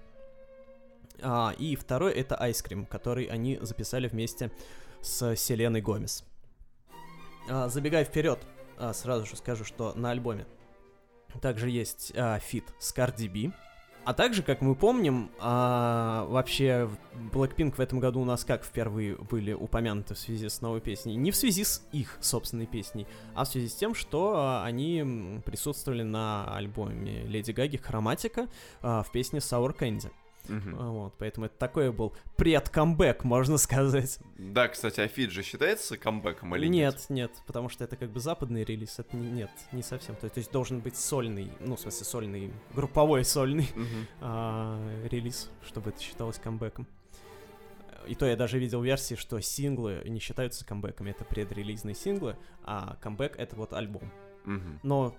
А, и второй это Ice Cream, который они записали вместе с Селеной Гомес. А, забегая вперед, а, сразу же скажу, что на альбоме также есть а, фит с Cardi B. А также, как мы помним, а, вообще Blackpink в этом году у нас как впервые были упомянуты в связи с новой песней? Не в связи с их собственной песней, а в связи с тем, что а, они присутствовали на альбоме Леди Гаги «Хроматика» а, в песне «Sour Candy». Uh-huh. Вот, поэтому это такой был пред-камбэк, можно сказать. Да, кстати, а фит же считается камбэком или нет? Нет, нет, потому что это как бы западный релиз, это не, нет, не совсем. То, то есть должен быть сольный, ну, в смысле сольный, групповой сольный uh-huh. а, релиз, чтобы это считалось камбэком. И то я даже видел версии, что синглы не считаются камбэками, это предрелизные синглы, а камбэк — это вот альбом. Uh-huh. Но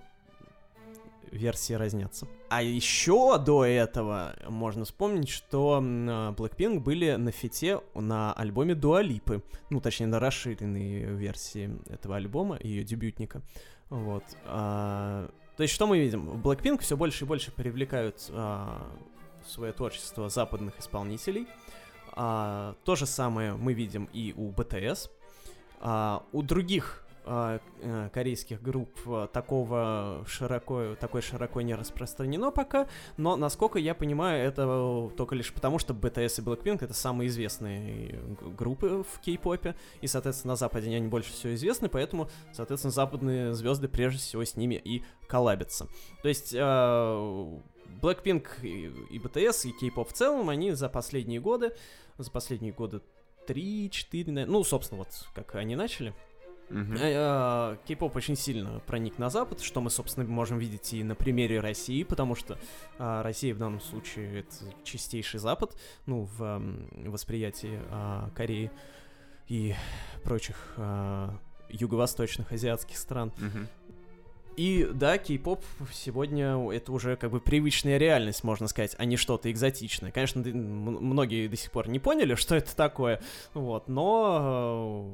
версии разнятся. А еще до этого можно вспомнить, что Blackpink были на фите на альбоме Дуа Липы. Ну, точнее, на расширенной версии этого альбома, ее дебютника. Вот. А, то есть, что мы видим? В Blackpink все больше и больше привлекают а, в свое творчество западных исполнителей. А, то же самое мы видим и у би ти эс. А, у других корейских групп такого широко, такой широко не распространено пока, но, насколько я понимаю, это только лишь потому, что би ти эс и Blackpink — это самые известные группы в кей-попе, и, соответственно, на Западе они больше всего известны, поэтому, соответственно, западные звезды прежде всего с ними и коллабятся. То есть Blackpink и би ти эс, и кей-поп в целом, они за последние годы, за последние годы три-четыре, ну, собственно, вот как они начали, Uh-huh. Кей-поп очень сильно проник на Запад, что мы, собственно, можем видеть и на примере России, потому что а, Россия в данном случае — это чистейший Запад, ну, в а, восприятии а, Кореи и прочих а, юго-восточных азиатских стран. Uh-huh. И да, кей-поп сегодня — это уже как бы привычная реальность, можно сказать, а не что-то экзотичное. Конечно, многие до сих пор не поняли, что это такое, вот, но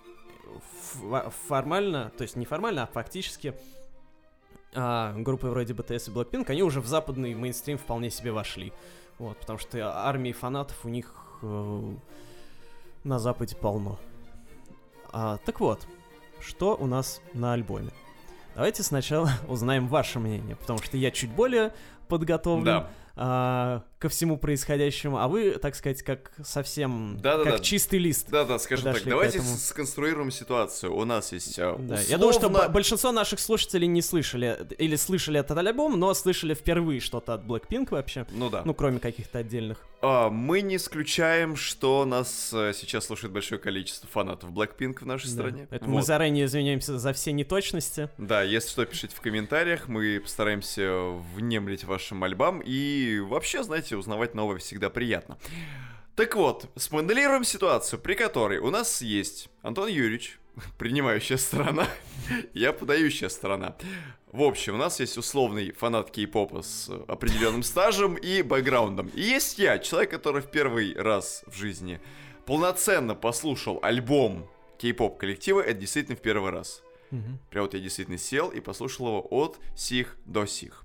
формально, то есть не формально, а фактически а, группы вроде би ти эс и Blackpink, они уже в западный мейнстрим вполне себе вошли. Вот, потому что армии фанатов у них э, на Западе полно. А, так вот, что у нас на альбоме? Давайте сначала узнаем ваше мнение, потому что я чуть более подготовлен. Да. А, ко всему происходящему, а вы, так сказать, как совсем, да, как да, чистый лист. Да-да, скажем так, давайте этому... сконструируем ситуацию. У нас есть да. условно... Я думаю, что большинство наших слушателей не слышали, или слышали этот альбом, но слышали впервые что-то от Blackpink вообще. Ну да. Ну, кроме каких-то отдельных. А, мы не исключаем, что нас а, сейчас слушает большое количество фанатов Blackpink в нашей да. стране. Поэтому вот. мы заранее извиняемся за все неточности. Да, если что, пишите в комментариях, мы постараемся внемлить вашим альбом, и вообще, знаете, узнавать новое всегда приятно. Так вот, смоделируем ситуацию, при которой у нас есть Антон Юрьевич, принимающая сторона, я подающая сторона. В общем, у нас есть условный фанат кей-попа с определенным стажем и бэкграундом. И есть я, человек, который в первый раз в жизни полноценно послушал альбом кей-поп коллектива, это действительно в первый раз. Угу. Прям вот я действительно сел и послушал его от сих до сих.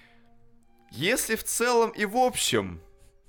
Если в целом и в общем,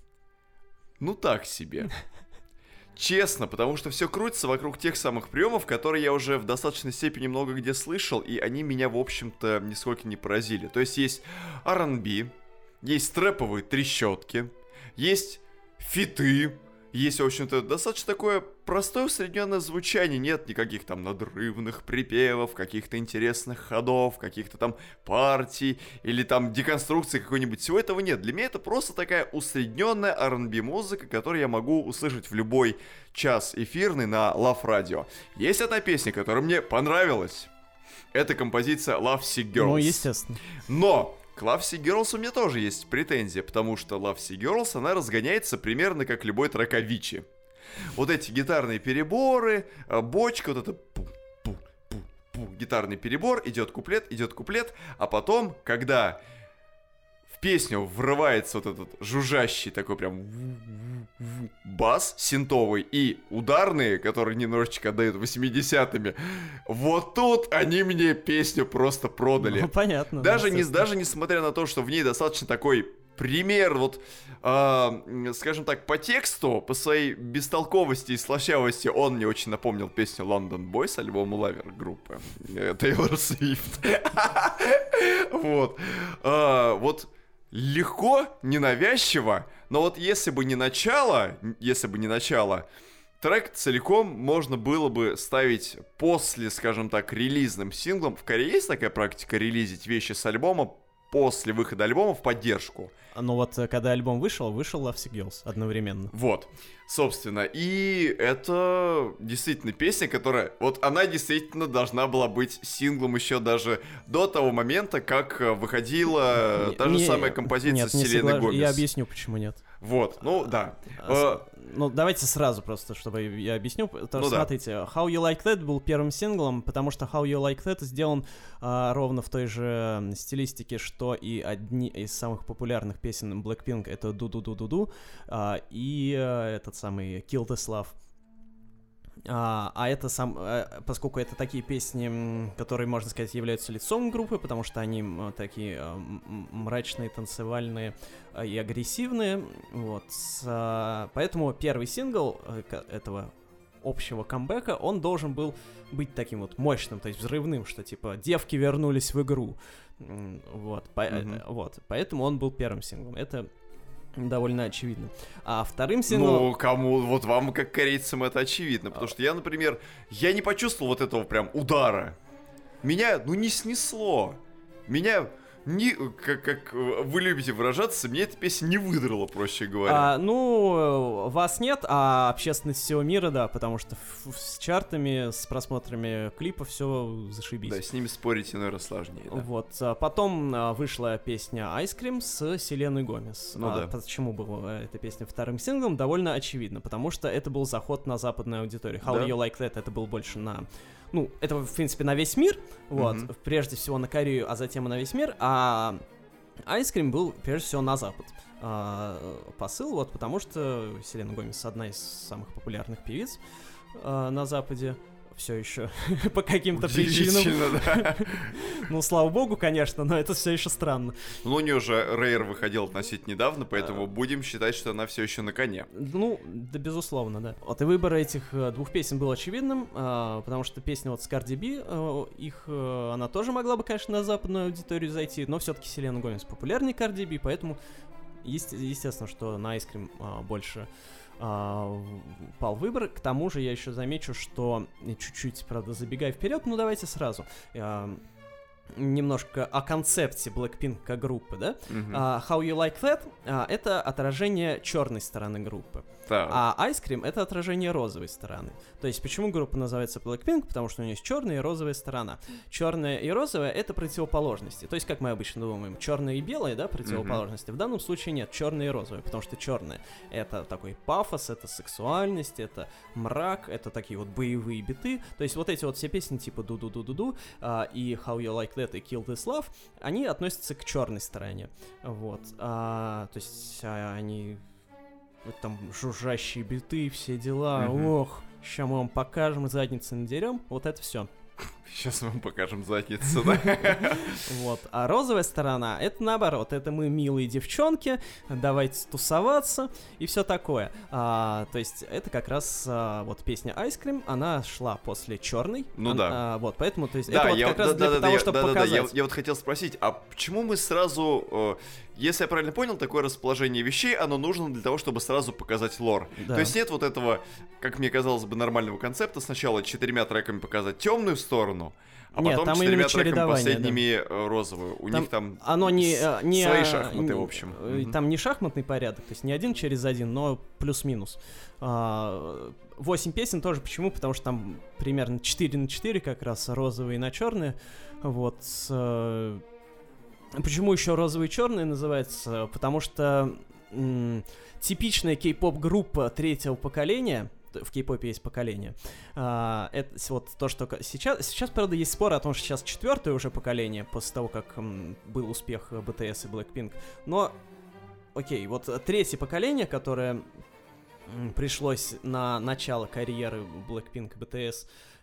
ну так себе. Честно, потому что все крутится вокруг тех самых приемов, которые я уже в достаточной степени много где слышал, и они меня, в общем-то, нисколько не поразили. То есть есть ар энд би, есть трэповые трещотки, есть фиты, есть, в общем-то, достаточно такое простое усредненное звучание. Нет никаких там надрывных припевов, каких-то интересных ходов, каких-то там партий или там деконструкции какой-нибудь. Всего этого нет. Для меня это просто такая усредненная ар энд би музыка, которую я могу услышать в любой час эфирный на Love Radio. Есть одна песня, которая мне понравилась. Это композиция Love Sick Girls. Ну, естественно. Но к Love Sick Girls у меня тоже есть претензия, потому что Love Sick Girls, она разгоняется примерно как любой трек Avicii. Вот эти гитарные переборы, бочка, вот это пу-пу-пу-пу, гитарный перебор, идет куплет, идет куплет, а потом, когда в песню врывается вот этот жужжащий такой прям бас синтовый и ударные, которые немножечко отдают восьмидесятыми, вот тут они мне песню просто продали. Ну, понятно. Даже, не, даже несмотря на то, что в ней достаточно такой пример, вот, э, скажем так, по тексту, по своей бестолковости и слащавости, он мне очень напомнил песню London Boys, альбому Lover группы Тейлор Свифт. Вот. Вот. легко, ненавязчиво, но вот если бы не начало, если бы не начало, трек целиком можно было бы ставить после, скажем так, релизным синглом. В Корее есть такая практика релизить вещи с альбома после выхода альбома в поддержку. Ну вот, когда альбом вышел, вышел Lovesick Girls одновременно. Вот, собственно, и это действительно песня, которая, вот она действительно должна была быть синглом еще даже до того момента, как выходила не, та же не, самая композиция нет, с Селеной соглаж... Гомес. Я объясню, почему нет. Вот, ну да. А, а, ну давайте сразу просто, чтобы я объясню. Потому ну, что, да. Смотрите, How You Like That был первым синглом, потому что How You Like That сделан а, ровно в той же стилистике, что и одни из самых популярных песен Blackpink, это Ду-Ду-Ду-Ду-Ду, а, и а, этот самый Kill This Love. А, а это сам, а, поскольку это такие песни, которые, можно сказать, являются лицом группы, потому что они а, такие а, мрачные, танцевальные а, и агрессивные, вот, а, поэтому первый сингл а, этого общего камбэка, он должен был быть таким вот мощным, то есть взрывным, что типа девки вернулись в игру, вот, по, mm-hmm. вот, поэтому он был первым синглом, это довольно очевидно. А вторым синглом... Ну, кому, вот вам, как корейцам, это очевидно. Потому что я, например, я не почувствовал вот этого прям удара. Меня, ну, не снесло. Меня... Не, как, как вы любите выражаться, мне эта песня не выдрала, проще говоря. А, ну, вас нет, а общественность всего мира, да, потому что в, в, с чартами, с просмотрами клипов все зашибись. Да, с ними спорить иной сложнее. Да. Вот, а потом а, вышла песня Ice Cream с Селеной Гомес. Ну а, да. Почему была эта песня вторым синглом? Довольно очевидно, потому что это был заход на западную аудиторию. How да? You Like That это был больше на... Ну, это, в принципе, на весь мир, вот, mm-hmm. прежде всего на Корею, а затем и на весь мир, а Ice Cream был, прежде всего, на запад. А, посыл, вот, потому что Селена Гомес одна из самых популярных певиц а, на западе, все еще по каким-то причинам. Да. Ну, слава богу, конечно, но это все еще странно. Ну, у нее же Рейр выходил относительно недавно, поэтому а... будем считать, что она все еще на коне. Ну, да, безусловно, да. Вот и выбор этих двух песен был очевидным, а, потому что песня вот с Cardi B, а, их, а, она тоже могла бы, конечно, на западную аудиторию зайти, но все-таки Селена Гомес популярнее Cardi B, поэтому есть, естественно, что на Ice Cream а, больше... Uh, пал выбор. К тому же я еще замечу, что чуть-чуть, правда, забегая вперед, ну давайте сразу uh, немножко о концепте Blackpink как группы, да? Uh-huh. Uh, How You Like That uh, это отражение черной стороны группы. Так. А Ice Cream — это отражение розовой стороны. То есть почему группа называется Blackpink? Потому что у нее есть черная и розовая сторона. Черная и розовая — это противоположности. То есть, как мы обычно думаем, черное и белое, да, противоположности. Mm-hmm. В данном случае нет, черное и розовое, потому что черное — это такой пафос, это сексуальность, это мрак, это такие вот боевые биты. То есть вот эти вот все песни типа Ду-Ду-Ду-Ду-Ду uh, и How You Like That и Kill This Love, они относятся к черной стороне. Вот. Uh, то есть uh, они... Вот там жужжащие биты, все дела. Mm-hmm. Ох, сейчас мы вам покажем, задницы надерем. Вот это все. Сейчас мы вам покажем задницу, да? Вот. А розовая сторона — это наоборот. Это мы милые девчонки, давайте тусоваться и все такое. А, то есть это как раз а, вот песня Ice Cream, она шла после черной. Ну а, да. А, вот, поэтому, то есть да, это вот я, как раз да, для да, того, да, чтобы да, показать. Да, да, я, я вот хотел спросить, а почему мы сразу... Э, если я правильно понял, такое расположение вещей, оно нужно для того, чтобы сразу показать лор. Да. То есть нет вот этого, как мне казалось бы, нормального концепта, сначала четырьмя треками показать темную сторону, а Нет, потом там четырьмя треками последними да. розовую. У там них там оно не, не, свои шахматы, не, в общем. Там не шахматный порядок, то есть не один через один, но плюс-минус. Восемь песен тоже. Почему? Потому что там примерно четыре на четыре как раз, розовые на черные. Вот. Почему еще розовые и черные называется? Потому что м- типичная кей-поп группа третьего поколения, в кей-попе есть поколение, а, это вот то, что сейчас, сейчас, правда, есть спор о том, что сейчас четвертое уже поколение, после того, как м, был успех би ти эс и Blackpink, но, окей, вот третье поколение, которое м, пришлось на начало карьеры Blackpink и би ти эс,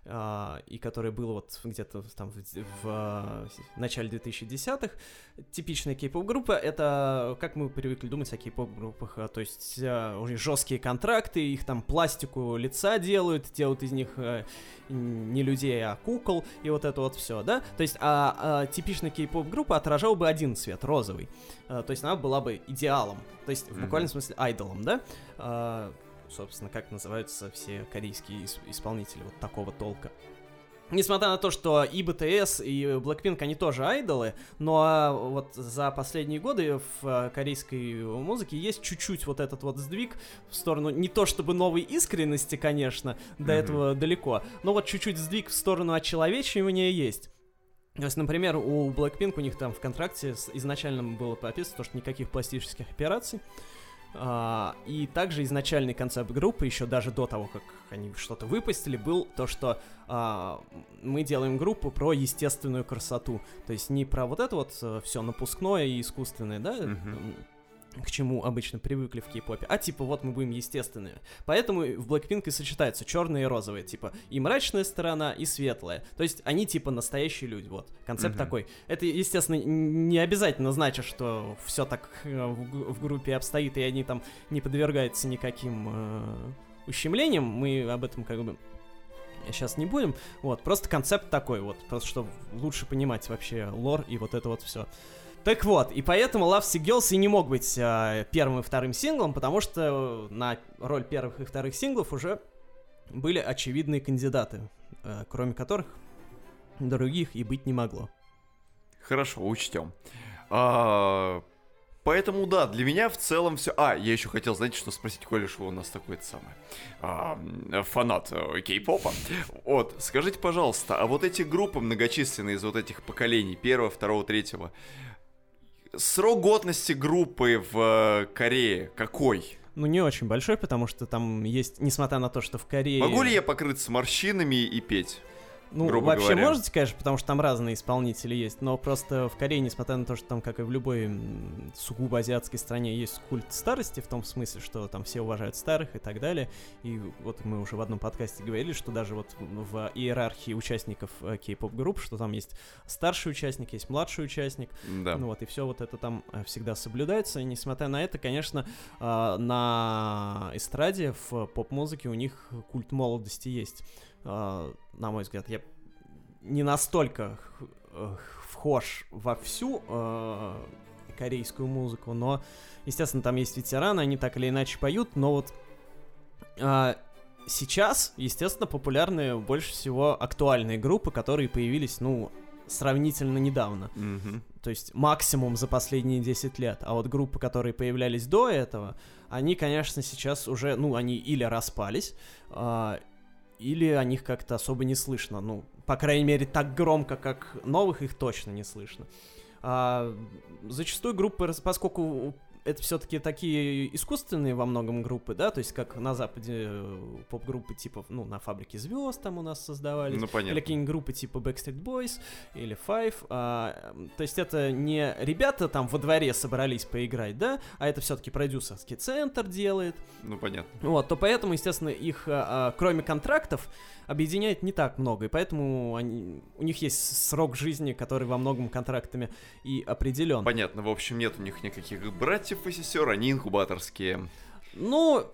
э, и которое было вот где-то там в, в, в начале двухтысячных, типичная кей-поп-группа, это, как мы привыкли думать о кей-поп-группах, то есть э, уже жесткие контракты, их там пластику лица делают, делают из них э, не людей, а кукол, и вот это вот все, да? То есть а, а, типичная кей-поп-группа отражала бы один цвет, розовый. А, то есть она была бы идеалом, то есть в буквальном смысле айдолом, да? А, собственно, как называются все корейские исполнители вот такого толка. Несмотря на то, что и би ти эс, и Blackpink, они тоже айдолы, но вот за последние годы в корейской музыке есть чуть-чуть вот этот вот сдвиг в сторону, не то чтобы новой искренности, конечно, до mm-hmm. этого далеко, но вот чуть-чуть сдвиг в сторону очеловечивания есть. То есть, например, у Blackpink, у них там в контракте изначально было прописано, что никаких пластических операций. Uh, и также изначальный концепт группы, еще даже до того, как они что-то выпустили, был то, что uh, мы делаем группу про естественную красоту. То есть не про вот это вот uh, все напускное и искусственное, да, mm-hmm. к чему обычно привыкли в кей-попе, а типа вот мы будем естественными. Поэтому в Blackpink и сочетаются черные и розовые, типа и мрачная сторона, и светлая. То есть они типа настоящие люди, вот. Концепт mm-hmm. такой. Это, естественно, не обязательно значит, что все так в, в группе обстоит, и они там не подвергаются никаким э, ущемлениям. Мы об этом как бы сейчас не будем. Вот, просто концепт такой вот, просто чтобы лучше понимать вообще лор и вот это вот все. Так вот, и поэтому Love Sick Girls и не мог быть э, первым и вторым синглом, потому что на роль первых и вторых синглов уже были очевидные кандидаты, э, кроме которых других и быть не могло. Хорошо, учтем. А, поэтому, да, для меня в целом все... А, я еще хотел, знаете, что спросить, коли что у нас такой самый а, фанат кей-попа. Вот, скажите, пожалуйста, а вот эти группы многочисленные из вот этих поколений, первого, второго, третьего, срок годности группы в Корее какой? Ну, не очень большой, потому что там есть, несмотря на то, что в Корее... Могу ли я покрыться морщинами и петь? Ну, грубо вообще говоря. можете, конечно, потому что там разные исполнители есть, но просто в Корее, несмотря на то, что там, как и в любой сугубо азиатской стране, есть культ старости, в том смысле, что там все уважают старых и так далее, и вот мы уже в одном подкасте говорили, что даже вот в иерархии участников кей-поп-групп, что там есть старший участник, есть младший участник, да. Ну вот, и все вот это там всегда соблюдается, и несмотря на это, конечно, на эстраде в поп-музыке у них культ молодости есть. Uh, на мой взгляд, я не настолько uh, вхож во всю uh, корейскую музыку, но, естественно, там есть ветераны, они так или иначе поют, но вот uh, сейчас, естественно, популярны больше всего актуальные группы, которые появились, ну, сравнительно недавно. Mm-hmm. То есть максимум за последние десять лет. А вот группы, которые появлялись до этого, они, конечно, сейчас уже, ну, они или распались, uh, или о них как-то особо не слышно. Ну, по крайней мере, так громко, как новых, их точно не слышно. А, зачастую группы, поскольку это все-таки такие искусственные во многом группы, да, то есть как на Западе поп-группы типа, ну, на Фабрике звезд там у нас создавались, ну, понятно. Или какие-нибудь группы типа Backstreet Boys или Five, а, то есть это не ребята там во дворе собрались поиграть, да, а это все-таки продюсерский центр делает. Ну, понятно. Вот, то поэтому, естественно, их, а, кроме контрактов, объединяет не так много, и поэтому они, у них есть срок жизни, который во многом контрактами и определен. Понятно, в общем, нет у них никаких братьев и сестер, они инкубаторские. Ну,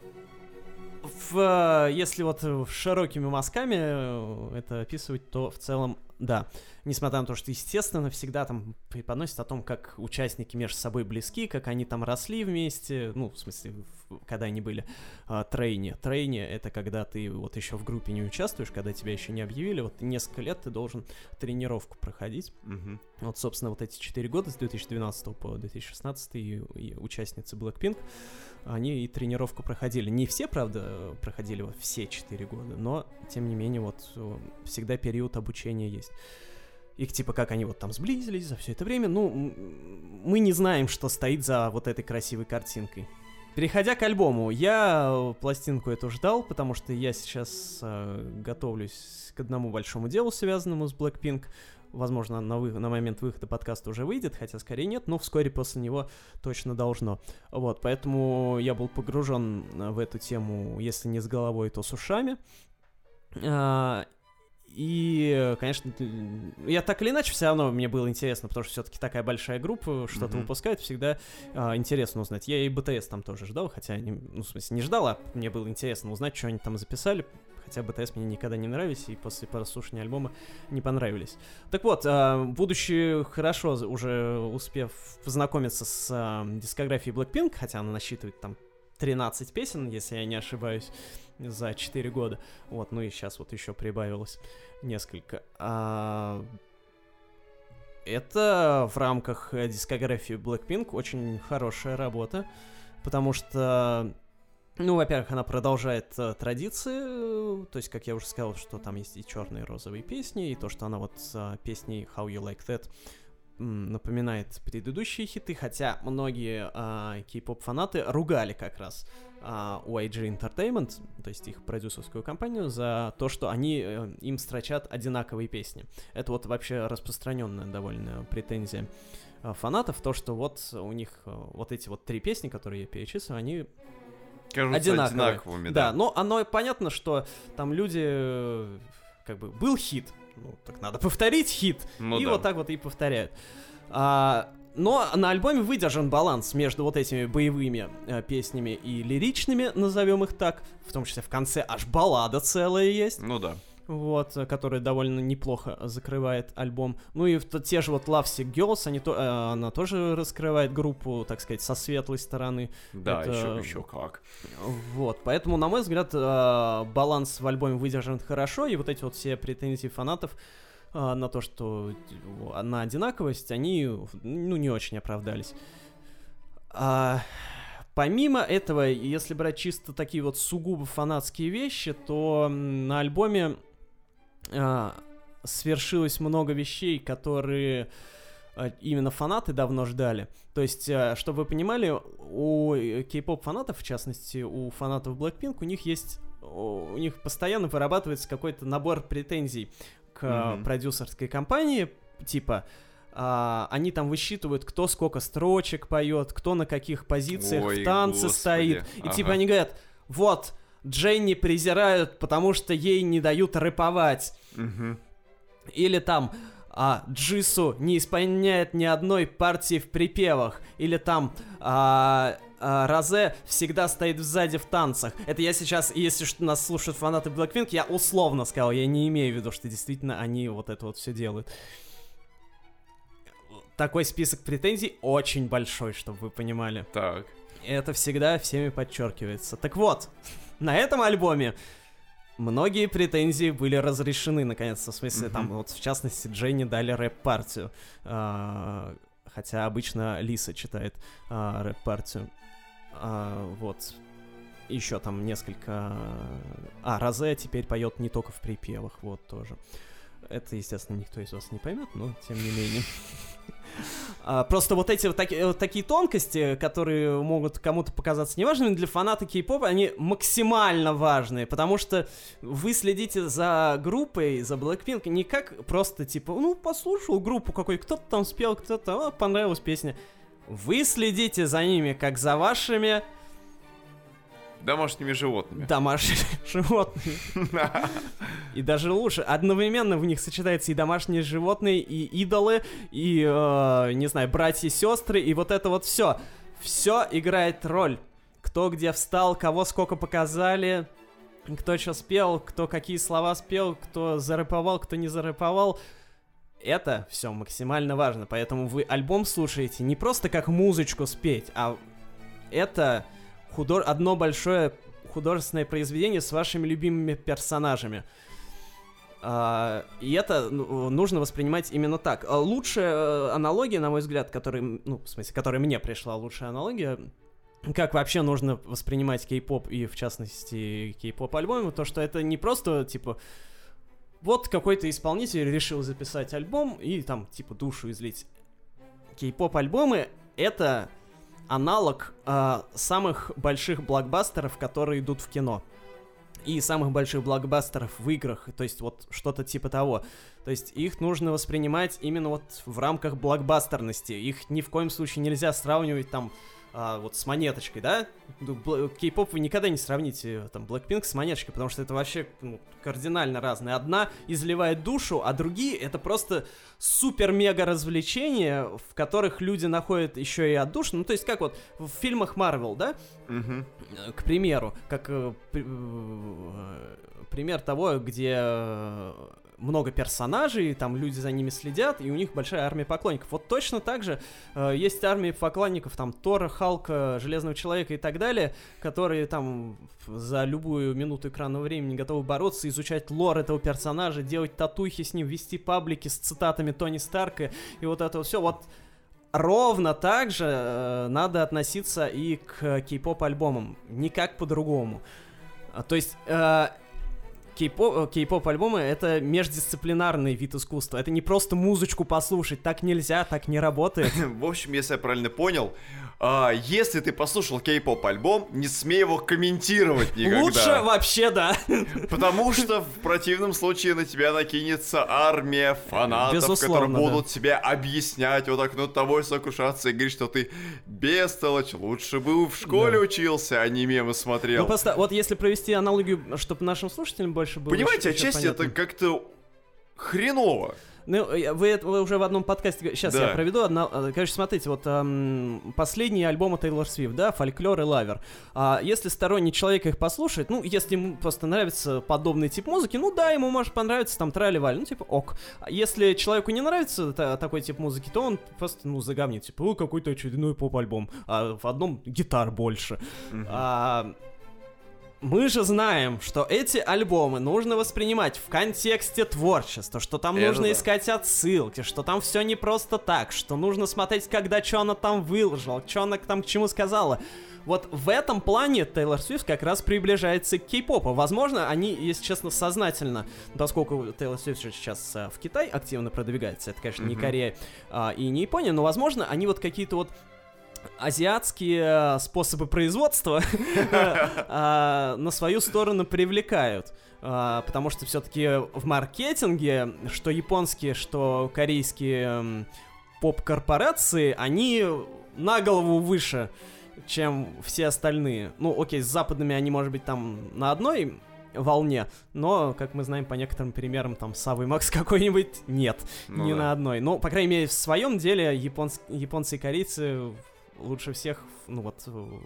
в, если вот широкими мазками это описывать, то в целом да. Несмотря на то, что, естественно, всегда там преподносят о том, как участники между собой близки, как они там росли вместе, ну, в смысле, когда они были а, трейни. Трейни — это когда ты вот еще в группе не участвуешь, когда тебя еще не объявили, вот несколько лет ты должен тренировку проходить. Угу. Вот, собственно, вот эти четыре года, с две тысячи двенадцатого по две тысячи шестнадцатый, и, и участницы Blackpink, они и тренировку проходили. Не все, правда, проходили вот все четыре года, но, тем не менее, вот всегда период обучения есть. И типа как они вот там сблизились за все это время, ну, мы не знаем, что стоит за вот этой красивой картинкой. Переходя к альбому, я пластинку эту ждал, потому что я сейчас э, готовлюсь к одному большому делу, связанному с Blackpink. Возможно, на, вы... на момент выхода подкаста уже выйдет, хотя скорее нет, но вскоре после него точно должно. Вот, поэтому я был погружен в эту тему, если не с головой, то с ушами. А... И, конечно, я так или иначе, все равно мне было интересно, потому что все-таки такая большая группа, что-то mm-hmm. выпускает, всегда а, интересно узнать. Я и би ти эс там тоже ждал, хотя, не, ну, в смысле, не ждал, а мне было интересно узнать, что они там записали, хотя би ти эс мне никогда не нравились, и после прослушивания альбома не понравились. Так вот, а, будучи хорошо уже успев познакомиться с а, дискографией Blackpink, хотя она насчитывает там тринадцать песен, если я не ошибаюсь, за четыре года. Вот, ну и сейчас вот еще прибавилось несколько. А... Это в рамках дискографии Blackpink очень хорошая работа, потому что, ну, во-первых, она продолжает uh, традиции, то есть, как я уже сказал, что там есть и черные, и розовые песни, и то, что она вот с uh, песней How You Like That напоминает предыдущие хиты, хотя многие а, кей-поп-фанаты ругали как раз а, о ай джи Entertainment, то есть их продюсерскую компанию, за то, что они а, им строчат одинаковые песни. Это вот вообще распространенная довольно претензия а, фанатов, то, что вот у них а, вот эти вот три песни, которые я перечислил, они кажутся одинаковые. одинаковыми, да. Да, но оно понятно, что там люди, как бы, был хит, ну, так надо повторить хит, ну, и да. вот так вот и повторяют. А, но на альбоме выдержан баланс между вот этими боевыми а, песнями и лиричными, назовем их так, в том числе в конце аж баллада целая есть. Ну да. Вот, которая довольно неплохо закрывает альбом. Ну и те же вот Love Sick Girls, они то, э, она тоже раскрывает группу, так сказать, со светлой стороны. Да, Это... еще, еще как. Вот, поэтому, на мой взгляд, э, баланс в альбоме выдержан хорошо, и вот эти вот все претензии фанатов э, на то, что на одинаковость, они, ну, не очень оправдались. А... Помимо этого, если брать чисто такие вот сугубо фанатские вещи, то на альбоме а, свершилось много вещей, которые а, именно фанаты давно ждали. То есть, а, чтобы вы понимали, у кей-поп фанатов, в частности, у фанатов Blackpink, у них есть, у них постоянно вырабатывается какой-то набор претензий к mm-hmm. продюсерской компании, типа... Uh, они там высчитывают, кто сколько строчек поет, кто на каких позициях Ой, в танце господи. стоит. И ага. типа они говорят, вот, Дженни презирают, потому что ей не дают рэповать. Угу. Или там, а, Джису не исполняет ни одной партии в припевах. Или там... А, а, Розе всегда стоит сзади в танцах. Это я сейчас, если что, нас слушают фанаты Blackpink, я условно сказал, я не имею в виду, что действительно они вот это вот все делают. Такой список претензий очень большой, чтобы вы понимали. Так. Это всегда всеми подчеркивается. Так вот, на этом альбоме многие претензии были разрешены, наконец-то. В смысле, mm-hmm. там, вот, в частности, Дженни дали рэп-партию. А, хотя обычно Лиса читает а, рэп-партию. А, вот. Еще там несколько... А, Розе теперь поет не только в припевах, вот, тоже. Это, естественно, никто из вас не поймет, но тем не менее. А, просто вот эти вот, таки, вот такие тонкости, которые могут кому-то показаться неважными, для фаната кей-попа они максимально важные, потому что вы следите за группой, за Blackpink не как просто типа, ну, послушал группу какой, кто-то там спел, кто-то, а, понравилась песня. Вы следите за ними как за вашими... Домашними животными. Домашними животными. И даже лучше. Одновременно в них сочетаются и домашние животные, и идолы, и, э, не знаю, братья и сестры, и вот это вот все. Все играет роль. Кто где встал, кого сколько показали, кто что спел, кто какие слова спел, кто зарэповал, кто не зарэповал. Это все максимально важно. Поэтому вы альбом слушаете не просто как музычку спеть, а это... Худож... одно большое художественное произведение с вашими любимыми персонажами. А, и это ну, нужно воспринимать именно так. Лучшая аналогия, на мой взгляд, который, ну, в смысле, которая мне пришла, лучшая аналогия, как вообще нужно воспринимать кей-поп и, в частности, кей-поп-альбомы, то, что это не просто, типа, вот какой-то исполнитель решил записать альбом и, там, типа, душу излить. Кей-поп-альбомы — это... аналог э, самых больших блокбастеров, которые идут в кино. И самых больших блокбастеров в играх. То есть вот что-то типа того. То есть их нужно воспринимать именно вот в рамках блокбастерности. Их ни в коем случае нельзя сравнивать там а, вот с монеточкой, да? Кей-поп вы никогда не сравните там Blackpink с монеточкой, потому что это вообще ну, кардинально разные. Одна изливает душу, а другие это просто супер-мега развлечения, в которых люди находят еще и отдушину. Ну, то есть, как вот в фильмах Marvel, да? Угу. К примеру, как э, э, пример того, где э, много персонажей, там люди за ними следят, и у них большая армия поклонников. Вот точно так же э, есть армия поклонников, там, Тора, Халка, Железного Человека и так далее, которые там за любую минуту экранного времени готовы бороться, изучать лор этого персонажа, делать татухи с ним, вести паблики с цитатами Тони Старка, и вот это все. Вот ровно так же э, надо относиться и к кей-поп альбомам, никак по-другому. А, то есть... Э, Кей-поп, кей-поп альбомы — это междисциплинарный вид искусства. Это не просто музычку послушать. Так нельзя, так не работает. В общем, если я правильно понял, а, если ты послушал кей-поп альбом, не смей его комментировать никогда. Лучше вообще, да. Потому что в противном случае на тебя накинется армия фанатов, Безусловно, которые будут да. тебе объяснять, вот так над тобой сокрушаться и говорить, что ты бестолочь, лучше бы в школе да. учился, а не мемы смотрел. Ну просто вот если провести аналогию, чтобы нашим слушателям больше было... Понимаете, еще, отчасти еще это как-то хреново. Ну, вы, вы уже в одном подкасте... Сейчас да. я проведу одно... Короче, смотрите, вот эм, последние альбомы Тейлор Свифт, да, «Фольклор» и «Лавер». А если сторонний человек их послушает, ну, если ему просто нравится подобный тип музыки, ну да, ему может понравиться там трали-вали, ну, типа, ок. А если человеку не нравится та, такой тип музыки, то он просто, ну, загомнит, типа, ой, какой-то очередной поп-альбом, а в одном гитар больше. Mm-hmm. А... Мы же знаем, что эти альбомы нужно воспринимать в контексте творчества, что там Это нужно да. искать отсылки, что там все не просто так, что нужно смотреть, когда что она там выложила, что она там к чему сказала. Вот в этом плане Тейлор Свифт как раз приближается к кей-попу. Возможно, они, если честно, сознательно, поскольку Тейлор Свифт сейчас а, в Китай активно продвигается, это, конечно, mm-hmm. не Корея а, и не Япония, но, возможно, они вот какие-то вот азиатские способы производства на свою сторону привлекают. Потому что все-таки в маркетинге, что японские, что корейские поп-корпорации, они на голову выше, чем все остальные. Ну, окей, с западными они, может быть, там на одной волне, но, как мы знаем по некоторым примерам, там, Савва и Макс какой-нибудь, нет, ну не да. на одной. Ну, по крайней мере, в своем деле японс... японцы и корейцы лучше всех, ну вот...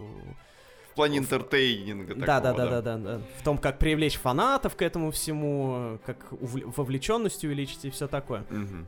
В плане интертейнинга да, такого, да, да, да, да, да. В том, как привлечь фанатов к этому всему, как увл... вовлеченность увеличить и все такое. Угу.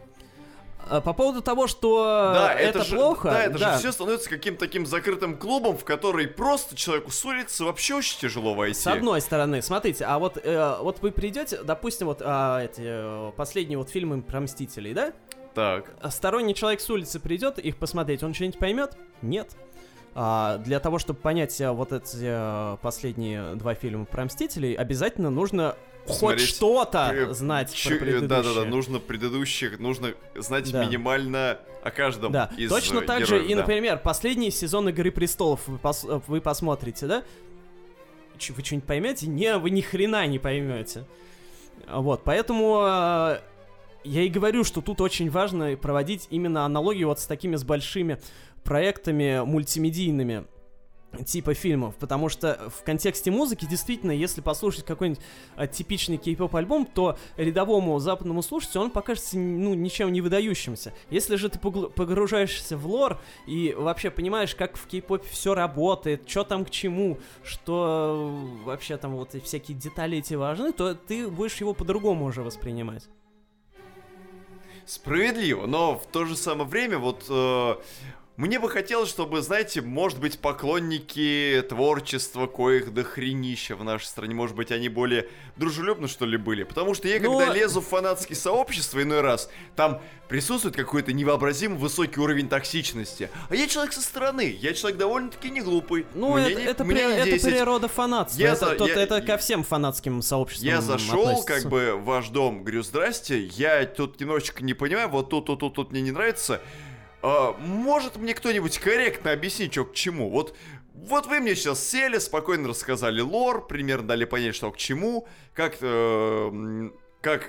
По поводу того, что да, это, это же, плохо... Да, это да. же все становится каким-то таким закрытым клубом, в который просто человеку с улицы вообще очень тяжело войти. С одной стороны, смотрите, а вот, э, вот вы придете, допустим, вот а, эти э, последние вот фильмы про Мстителей, да? Так. Сторонний человек с улицы придет их посмотреть, он что-нибудь поймет? Нет. А, для того, чтобы понять вот эти а, последние два фильма про Мстителей, обязательно нужно Смотреть, хоть что-то при... знать Ч... про предыдущие. Да-да-да, нужно предыдущих, нужно знать да. минимально о каждом да. из Точно так героев, же и, да. например, последний сезон «Игры престолов» вы, пос... вы посмотрите, да? Ч... Вы что-нибудь поймете? Не, вы ни хрена не поймете. Вот, поэтому... Я и говорю, что тут очень важно проводить именно аналогию вот с такими с большими проектами мультимедийными типа фильмов, потому что в контексте музыки действительно, если послушать какой-нибудь а, типичный кей-поп альбом, то рядовому западному слушателю он покажется ну, ничем не выдающимся. Если же ты погружаешься в лор и вообще понимаешь, как в кей-попе все работает, что там к чему, что вообще там вот всякие детали эти важны, то ты будешь его по-другому уже воспринимать. Справедливо, но в то же самое время вот э, мне бы хотелось, чтобы, знаете, может быть, поклонники творчества, коих дохренища в нашей стране, может быть, они более дружелюбны, что ли, были. Потому что я, но... когда лезу в фанатские сообщества иной раз, там присутствует какой-то невообразимо высокий уровень токсичности. А я человек со стороны, я человек довольно-таки не глупый. Ну, мне это, не, это, мне при, не это десять. Природа фанатства. Я это, за, тот, я, это я, ко всем фанатским сообществам Я зашел, относится. как бы, в ваш дом, говорю, здрасте, я тут немножечко не понимаю, вот тут, тут, тут, тут мне не нравится. А, может мне кто-нибудь корректно объяснить, что к чему? Вот, вот вы мне сейчас сели, спокойно рассказали лор, примерно дали понять, что к чему, как, э, как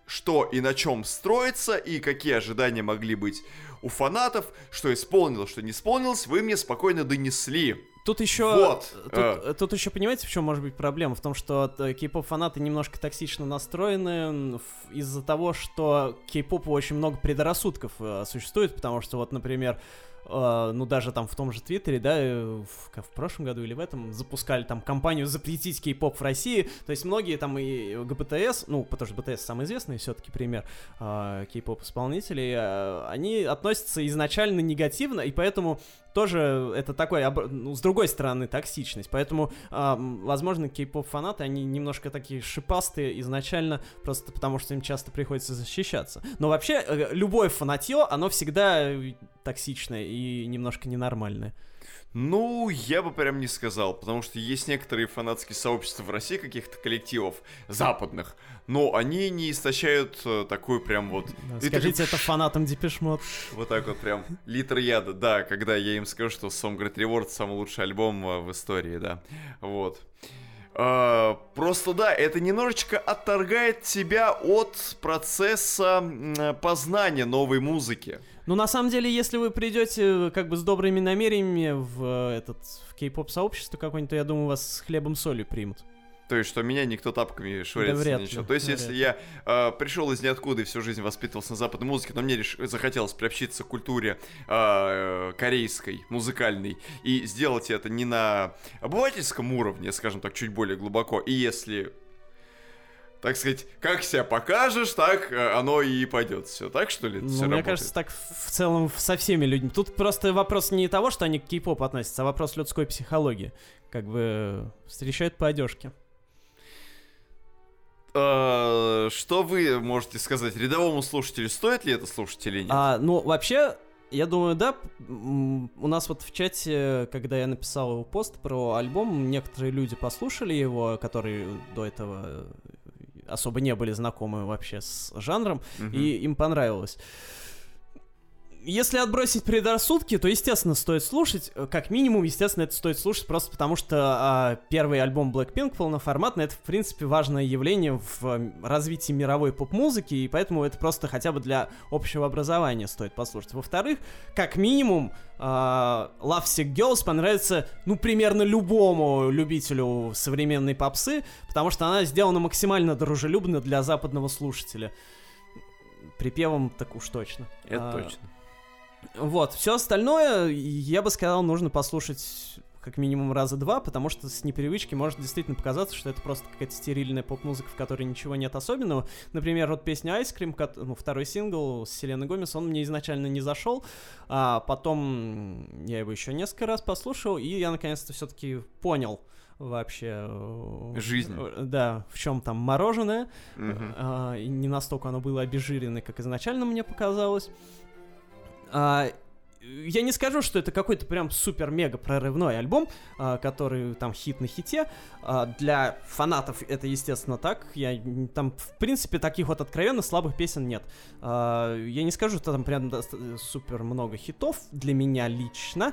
что и на чем строится, и какие ожидания могли быть у фанатов, что исполнилось, что не исполнилось, вы мне спокойно донесли. Тут еще, вот. тут, а. тут еще, понимаете, в чем может быть проблема? В том, что кей-поп-фанаты немножко токсично настроены из-за того, что кей-попу очень много предрассудков э, существует, потому что вот, например, Uh, ну, даже там в том же Твиттере, да, в, в прошлом году или в этом запускали там кампанию «Запретить кей-поп в России». То есть многие там и ГБТС, ну, потому что БТС самый известный все-таки пример uh, кей-поп-исполнителей, uh, они относятся изначально негативно, и поэтому тоже это такой, ну, с другой стороны, токсичность. Поэтому, uh, возможно, кей-поп-фанаты, они немножко такие шипастые изначально, просто потому что им часто приходится защищаться. Но вообще, uh, любое фанатье, оно всегда токсичное и немножко ненормальное. Ну, я бы прям не сказал, потому что есть некоторые фанатские сообщества в России, каких-то коллективов западных, но они не истощают такой прям вот... Да, скажите это фанатам Depeche Mode. Вот так вот прям литр яда, да, когда я им скажу, что Some Great Reward самый лучший альбом в истории, да, вот. Uh, просто да, это немножечко отторгает тебя от процесса м, познания новой музыки. Ну, на самом деле, если вы придете как бы с добрыми намерениями в этот в кей-поп сообщество какое-нибудь, то я думаю, вас с хлебом солью примут. То есть, что меня никто тапками швыряться да не начал. То есть, если я э, пришел из ниоткуда и всю жизнь воспитывался на западной музыке, но мне реш... захотелось приобщиться к культуре э, корейской, музыкальной, и сделать это не на обывательском уровне, скажем так, чуть более глубоко, и если... Так сказать, как себя покажешь, так оно и пойдет. Все так, что ли? Ну, все мне работает? кажется, так в целом со всеми людьми. Тут просто вопрос не того, что они к кей-попу относятся, а вопрос людской психологии. Как бы встречают по одежке. Uh, что вы можете сказать рядовому слушателю, стоит ли это слушать или нет? А, ну, вообще, я думаю, да. У нас вот в чате, когда я написал пост про альбом, некоторые люди послушали его, которые до этого особо не были знакомы вообще с жанром, uh-huh. и им понравилось. Если отбросить предрассудки, то, естественно, стоит слушать. Как минимум, естественно, это стоит слушать просто потому, что а, первый альбом Blackpink полноформатный — это, в принципе, важное явление в развитии мировой поп-музыки, и поэтому это просто хотя бы для общего образования стоит послушать. Во-вторых, как минимум, а, Love Sick Girls понравится, ну, примерно любому любителю современной попсы, потому что она сделана максимально дружелюбно для западного слушателя. Припевом так уж точно. Это а, точно. Вот, все остальное, я бы сказал, нужно послушать как минимум раза два, потому что с непривычки может действительно показаться, что это просто какая-то стерильная поп-музыка, в которой ничего нет особенного. Например, вот песня Ice Cream, ну, второй сингл с Селеной Гомес, он мне изначально не зашел, а потом я его еще несколько раз послушал, и я наконец-то все-таки понял вообще... Жизнь. Да, в чем там мороженое, uh-huh. а, и не настолько оно было обезжиренное, как изначально мне показалось. А, я не скажу, что это какой-то прям супер-мега прорывной альбом, а, который там хит на хите. А, для фанатов это, естественно, так. Я, там, в принципе, таких вот откровенно слабых песен нет. А, я не скажу, что там прям супер много хитов для меня лично.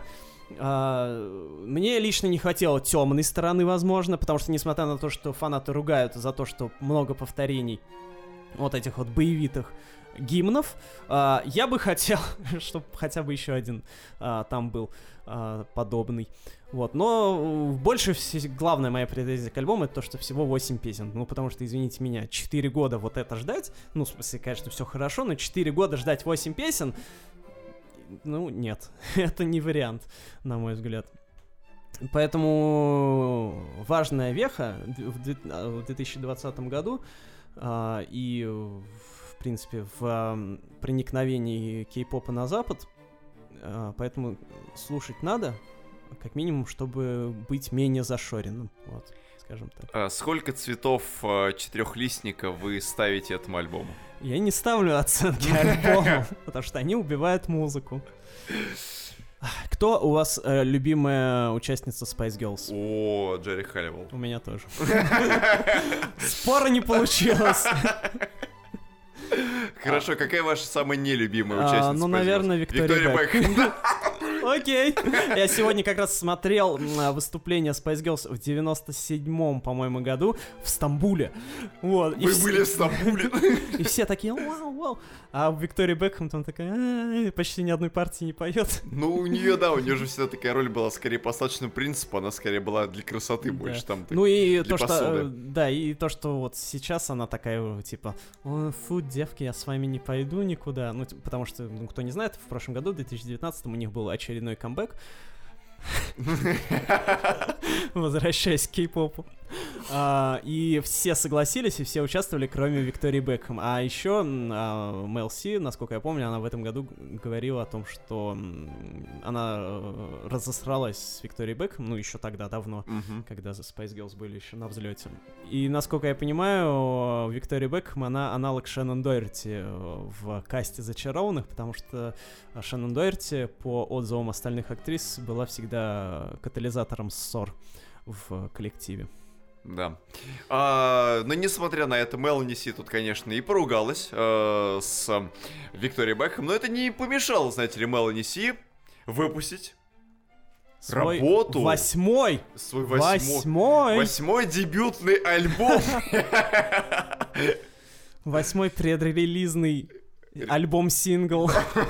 Uh, мне лично не хватило темной стороны, возможно, потому что, несмотря на то, что фанаты ругают за то, что много повторений вот этих вот боевитых гимнов, uh, я бы хотел, чтобы хотя бы еще один uh, там был uh, подобный. Вот, но больше всего, главная моя претензия к альбому — это то, что всего восемь песен. Ну, потому что, извините меня, четыре года вот это ждать, ну, в смысле, конечно, все хорошо, но четыре года ждать восемь песен, ну, нет, это не вариант, на мой взгляд. Поэтому важная веха в две тысячи двадцатом году а, и, в принципе, в а, проникновении кей-попа на Запад, а, поэтому слушать надо, как минимум, чтобы быть менее зашоренным, вот, скажем так. А сколько цветов а, четырехлистника вы ставите этому альбому? Я не ставлю оценки альбому, потому что они убивают музыку. Кто у вас э, любимая участница Spice Girls? О, Джерри Халливелл. У меня тоже. Спора не получилось. Хорошо, какая ваша самая нелюбимая участница? Ну, наверное, Виктория Бекхэм. Окей. Я сегодня как раз смотрел выступление Spice Girls в девяносто седьмом, по-моему, году в Стамбуле. Вот. Вы были в Стамбуле? И все такие, вау, вау. А Виктория Бекхэм там такая, почти ни одной партии не поет. Ну, у нее, да, у нее же всегда такая роль была скорее по остаточному принципу, она скорее была для красоты больше, да. там. Ну и для то, посуды. что, да, и то, что вот сейчас она такая, типа, фу, девки, я с вами не пойду никуда. Ну, потому что, ну, кто не знает, в прошлом году, в две тысячи девятнадцатом, у них был очередной камбэк. Возвращаясь к кей-попу. А, и все согласились, и все участвовали, кроме Виктории Бекхэм. А еще а, Мел Си, насколько я помню, она в этом году говорила о том, что она разосралась с Викторией Бекхэм, ну, еще тогда, давно, uh-huh. когда Spice Girls были еще на взлете. И, насколько я понимаю, Виктория Бекхэм, она аналог Шеннон Доерти в касте «Зачарованных», потому что Шеннон Доерти, по отзывам остальных актрис, была всегда катализатором ссор в коллективе. Да. А, но несмотря на это, Мелани Си тут, конечно, и поругалась э, с Викторией Бекхэм, но это не помешало, знаете ли, Мелани Си выпустить свой работу. Восьмой! Свой восьмой! Восьмой! Восьмой дебютный альбом! Восьмой предрелизный альбом-сингл.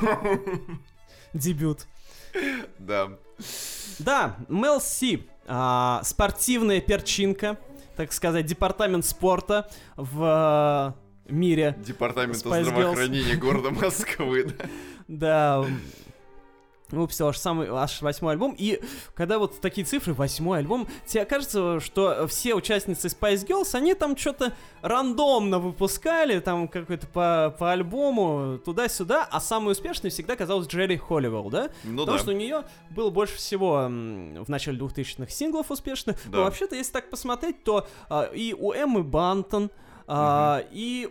Дебют. Да. Да, Мел Си. А, спортивная перчинка, так сказать, департамент спорта в э, мире. Департамент здравоохранения города Москвы, да. Да. Выпустил аж самый, аж восьмой альбом. И когда вот такие цифры, восьмой альбом, тебе кажется, что все участницы Spice Girls, они там что-то рандомно выпускали, там какой-то по, по альбому, туда-сюда, а самой успешной всегда казалась Джерри Холливелл, да? Ну Потому да. что у нее было больше всего м, в начале двухтысячных синглов успешных. Да. Но вообще-то, если так посмотреть, то а, и у Эммы Бантон, а, угу. и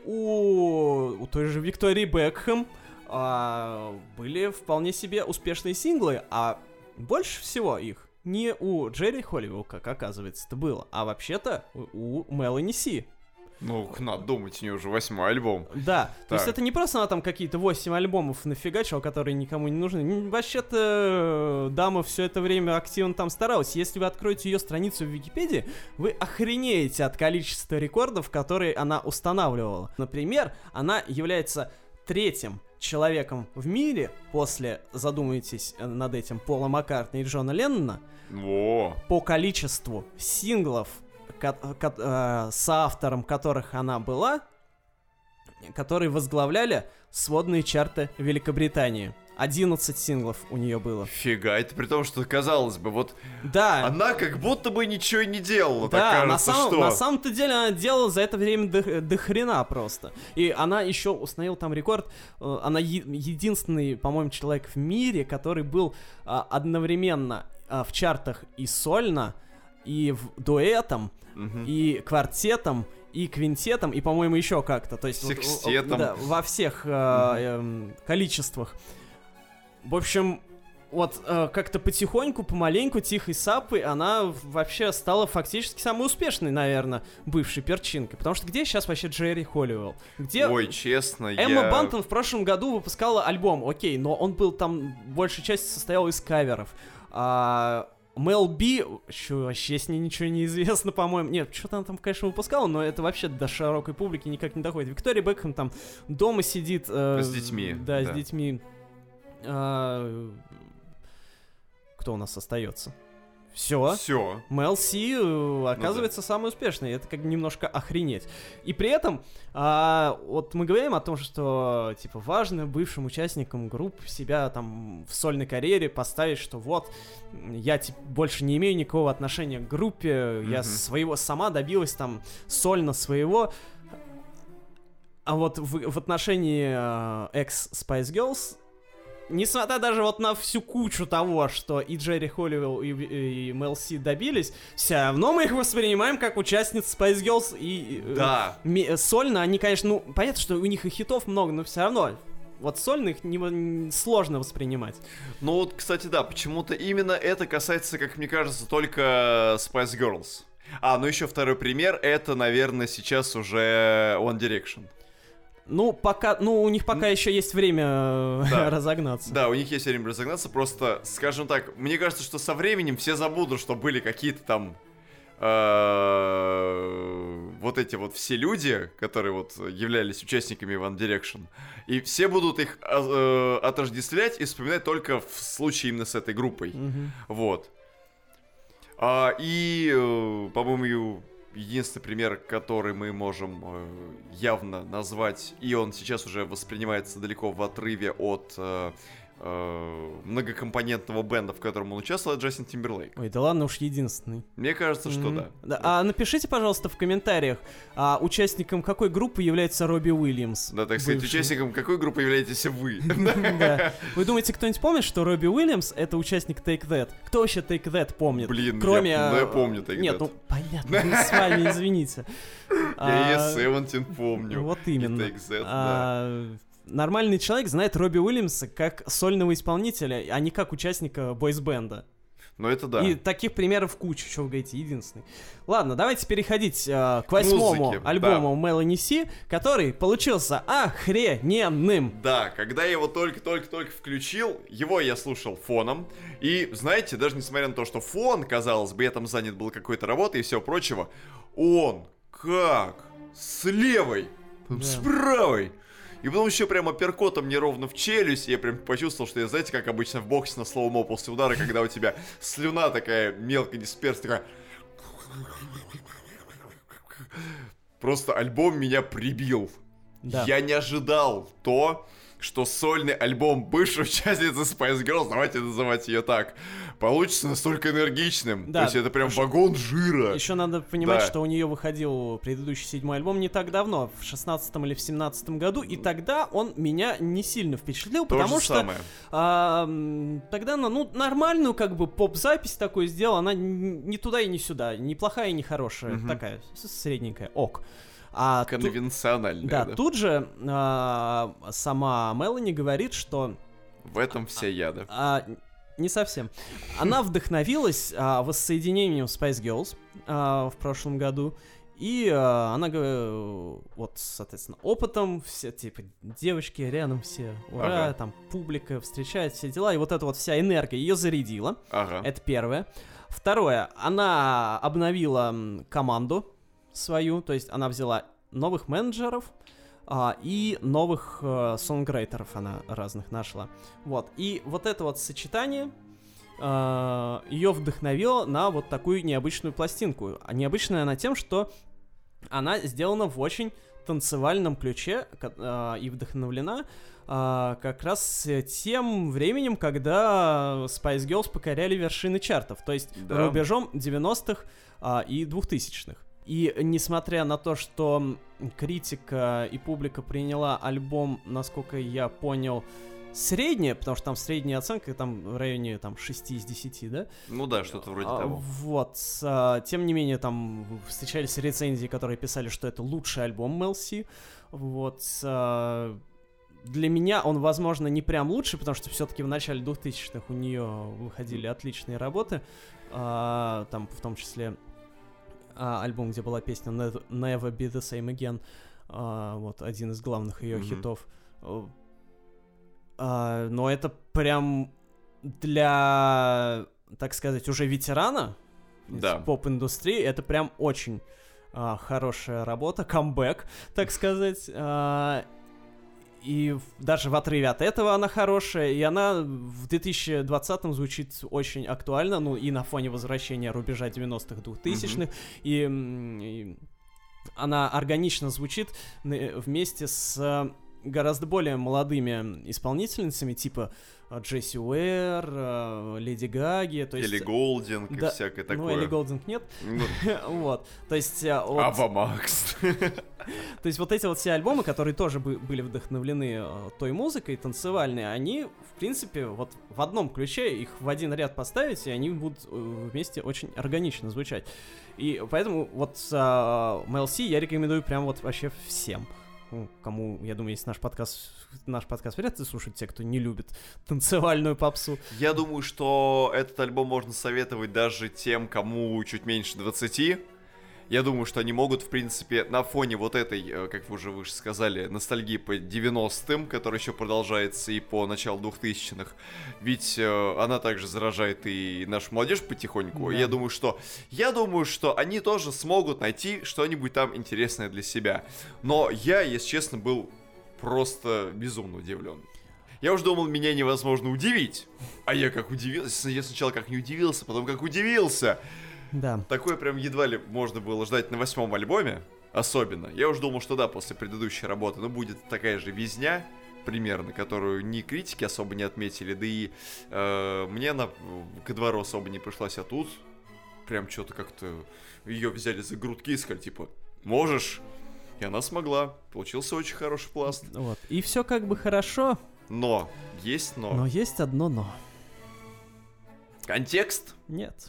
у, у той же Виктории Бекхэм Uh, были вполне себе успешные синглы, а больше всего их не у Джерри Холливелл, как оказывается, это было, а вообще-то у Мелани Си. Ну, надо думать, у нее уже восьмой альбом. Да, так. То есть это не просто она там какие-то восемь альбомов нафигачила, которые никому не нужны. Вообще-то дама все это время активно там старалась. Если вы откроете ее страницу в Википедии, вы охренеете от количества рекордов, которые она устанавливала. Например, она является третьим человеком в мире, после, задумайтесь над этим, Пола Маккартни и Джона Леннона, Во. по количеству синглов, ко- ко- э, с автором которых она была, которые возглавляли сводные чарты Великобритании. одиннадцать синглов у нее было. Фига, это при том, что, казалось бы, вот да. она как будто бы ничего и не делала, да, так кажется, на самом, что... на самом-то деле она делала за это время до, до хрена просто. И она еще установила там рекорд, она е- единственный, по-моему, человек в мире, который был а, одновременно а, в чартах и сольно, и в дуэтом, угу. и квартетом, и квинтетом, и, по-моему, еще как-то. То есть секстетом. Вот, да, во всех а, э, количествах. В общем, вот э, как-то потихоньку, помаленьку, тихой сапой она вообще стала фактически самой успешной, наверное, бывшей перчинкой. Потому что где сейчас вообще Джерри Холливелл? Где... Ой, честно, Эмма я... Бантон в прошлом году выпускала альбом, окей, но он был там, большая часть состояла из каверов. А... Мел Би, что вообще с ней ничего не известно, по-моему. Нет, что-то она там, конечно, выпускала, но это вообще до широкой публики никак не доходит. Виктория Бекхэм там дома сидит. Э, с детьми. Да, да, с детьми. А... Кто у нас остается? Все. Все. Мел Си, оказывается, ну, да. самый успешный. Это как немножко охренеть. И при этом, а, вот мы говорим о том, что, типа, важно бывшим участникам групп себя там в сольной карьере поставить, что вот, я типа, больше не имею никакого отношения к группе, mm-hmm. я своего сама добилась там сольно своего. А вот в, в отношении uh, ex-Spice Girls, несмотря даже вот на всю кучу того, что и Джерри Холливелл, и, и Мел Си добились, все равно мы их воспринимаем как участниц Spice Girls и да. э, сольно. Они, конечно, ну, понятно, что у них и хитов много, но все равно вот сольно их не, не, сложно воспринимать. Ну вот, кстати, да, почему-то именно это касается, как мне кажется, только Spice Girls. А, ну еще второй пример, это, наверное, сейчас уже One Direction. Ну, пока, ну, у них пока еще есть время да. разогнаться. Да, у них есть время разогнаться, просто, скажем так, мне кажется, что со временем все забудут, что были какие-то там э, вот эти вот все люди, которые вот являлись участниками One Direction, и все будут их э, отождествлять и вспоминать только в случае именно с этой группой. Mm-hmm. Вот. А, и, э, по-моему, единственный пример, который мы можем э, явно назвать, и он сейчас уже воспринимается далеко в отрыве от э, э, многокомпонентного бенда, в котором он участвовал, Джастин Тимберлейк. Ой, да ладно уж, единственный. Мне кажется, что mm-hmm. да. да. А напишите, пожалуйста, в комментариях, а участником какой группы является Робби Уильямс? Да, так сказать, бывший. Участником какой группы являетесь вы? Да. Вы думаете, кто-нибудь помнит, что Робби Уильямс — это участник Take That? Кто вообще Take That помнит? Блин, кроме... я помню Take That. Нет, ну, понятно, мы с вами, извините. Я и Севентин помню. Вот именно. Нормальный человек знает Робби Уильямса как сольного исполнителя, а не как участника бойсбенда. Ну это да. И таких примеров куча, что вы говорите, единственный. Ладно, давайте переходить э, к восьмому Музыки, альбому да. Melanie C, который получился охрененным. Да, когда я его только-только-только включил, его я слушал фоном. И, знаете, даже несмотря на то, что фон, казалось бы, я там занят был какой-то работой и всего прочего, он как с левой, да. с правой. И потом еще прям апперкотом мне ровно в челюсть, и я прям почувствовал, что я, знаете, как обычно в боксе на слоумо после удара, когда у тебя слюна такая мелко дисперсная, такая... Просто альбом меня прибил. Да. Я не ожидал то, что сольный альбом бывшей участницы Spice Girls, давайте называть ее так, получится настолько энергичным. Да. То есть это прям вагон жира. Еще надо понимать, да. что у нее выходил предыдущий седьмой альбом не так давно, в шестнадцатом или в семнадцатом году, и тогда он меня не сильно впечатлил, то потому же что самое. А, тогда она, ну, нормальную как бы поп-запись такую сделала, она не туда и не сюда, не плохая и не хорошая, угу. такая средненькая, ок. А конвенциональная. Тут, да, да, тут же а, сама Мелани говорит, что... В этом вся яда. А, не совсем. Она вдохновилась а, воссоединением Spice Girls а, в прошлом году. И а, она говорит, вот, соответственно, опытом, все, типа, девочки рядом все, ура, ага. там, публика встречает, все дела. И вот эта вот вся энергия ее зарядила. Ага. Это первое. Второе, она обновила команду свою, то есть она взяла новых менеджеров а, и новых а, сонграйтеров она разных нашла. Вот. И вот это вот сочетание а, ее вдохновило на вот такую необычную пластинку. А необычная она тем, что она сделана в очень танцевальном ключе а, и вдохновлена а, как раз тем временем, когда Spice Girls покоряли вершины чартов, то есть да. рубежом девяностых а, и двухтысячных. И несмотря на то, что критика и публика приняла альбом, насколько я понял, средняя, потому что там средняя оценка там в районе там, шесть из десяти, да? Ну да, что-то вроде а, того. Вот. А, тем не менее, там встречались рецензии, которые писали, что это лучший альбом Мел Си. Вот. А, для меня он, возможно, не прям лучший, потому что все-таки в начале двухтысячных у нее выходили отличные работы. А, там, в том числе... А, альбом, где была песня Never, Never Be The Same Again, а, вот, один из главных ее mm-hmm. хитов. А, но это прям для, так сказать, уже ветерана да. поп-индустрии, это прям очень а, хорошая работа, камбэк, так сказать. А, и даже в отрыве от этого она хорошая, и она в две тысячи двадцатом звучит очень актуально, ну и на фоне возвращения рубежа девяностых, двухтысячных, mm-hmm. и, и она органично звучит вместе с гораздо более молодыми исполнительницами, типа Джесси Уэр, Леди Гаги, то есть... Элли Голдинг да, и всякое такое. Ну, Элли Голдинг нет. Вот, то есть... Ава Макс. То есть вот эти вот все альбомы, которые тоже были вдохновлены той музыкой танцевальной, они, в принципе, вот в одном ключе, их в один ряд поставить, и они будут вместе очень органично звучать. И поэтому вот Мел Си я рекомендую прям вот вообще всем. Кому, я думаю, если наш подкаст, наш подкаст вряд ли слушают те, кто не любит танцевальную попсу. Я думаю, что этот альбом можно советовать даже тем, кому чуть меньше двадцати. Я думаю, что они могут, в принципе, на фоне вот этой, как вы уже выше сказали, ностальгии по девяностым, которая еще продолжается и по началу двухтысячных, ведь э, она также заражает и нашу молодежь потихоньку. Да. Я думаю, что я думаю, что они тоже смогут найти что-нибудь там интересное для себя. Но я, если честно, был просто безумно удивлен. Я уже думал, меня невозможно удивить. А я как удивился. Я сначала как не удивился, потом как удивился. Да. Такое прям едва ли можно было ждать на восьмом альбоме, особенно. Я уже думал, что да, после предыдущей работы, ну, будет такая же визня, примерно, которую ни критики особо не отметили, да и э, мне она ко двору особо не пришлась, а тут прям что-то как-то ее взяли за грудки и сказали, типа, можешь? И она смогла. Получился очень хороший пласт. Вот. И все как бы хорошо. Но. Есть но. Но есть одно но. Контекст? Нет.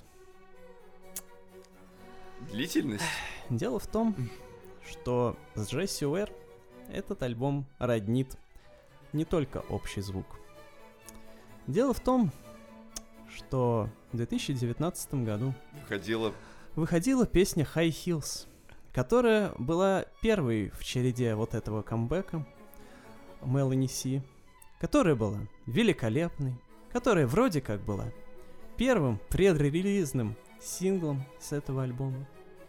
Длительность? Дело в том, что с Джесси Уэр этот альбом роднит не только общий звук. Дело в том, что в две тысячи девятнадцатом году выходила, выходила песня High Heels, которая была первой в череде вот этого камбэка Мелани Си, которая была великолепной, которая вроде как была первым предрелизным синглом с этого альбома.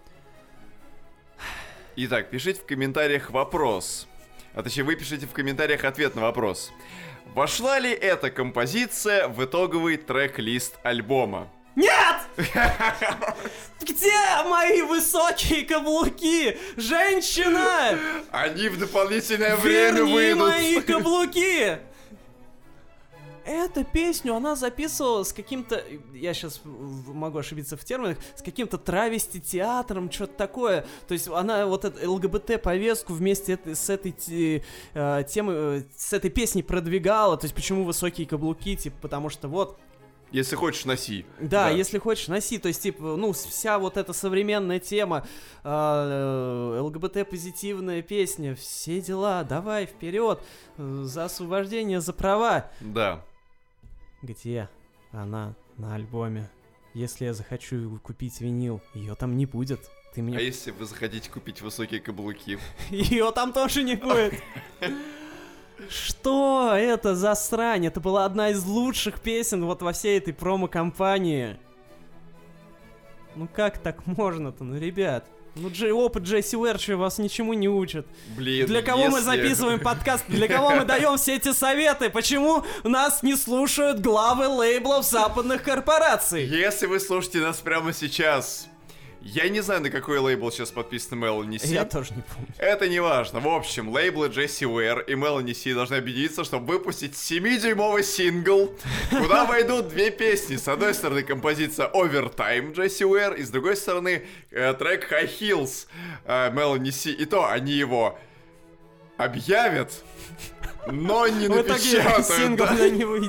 Итак, пишите в комментариях вопрос. А точнее, вы пишите в комментариях ответ на вопрос. Вошла ли эта композиция в итоговый трек-лист альбома? Нет! Где мои высокие каблуки? Женщина! Они в дополнительное время выйдут. Верни мои каблуки! Эту песню она записывала с каким-то, я сейчас могу ошибиться в терминах, с каким-то травести-театром, что-то такое. То есть она вот эту ЛГБТ-повестку вместе с этой э, темой, с этой песней продвигала. То есть почему высокие каблуки, типа, потому что вот... Если хочешь, носи. Да, да, если хочешь, носи. То есть, типа, ну, вся вот эта современная тема, э, ЛГБТ-позитивная песня, все дела, давай, вперед, э, за освобождение, за права. Да. Где она на альбоме? Если я захочу купить винил, ее там не будет. Ты мне... А если вы захотите купить высокие каблуки? Ее там тоже не будет. Что это за срань? Это была одна из лучших песен вот во всей этой промо-компании. Ну как так можно-то, ну ребят? Ну Джей, опыт Джесси Уэр вас ничему не учит. Блин, для кого если... мы записываем подкаст? Для кого мы даем все эти советы? Почему нас не слушают главы лейблов западных корпораций? Если вы слушаете нас прямо сейчас... Я не знаю, на какой лейбл сейчас подписана Мелани Си. Я тоже не помню. Это не важно. В общем, лейблы Джесси Уэр и Мелани Си должны объединиться, чтобы выпустить семидюймовый сингл, куда войдут две песни. С одной стороны, композиция Overtime Джесси Уэр, и с другой стороны, э, трек High Heels э, Мелани Си. И то они его объявят, но не напечатают. Сингл да? не выйдет.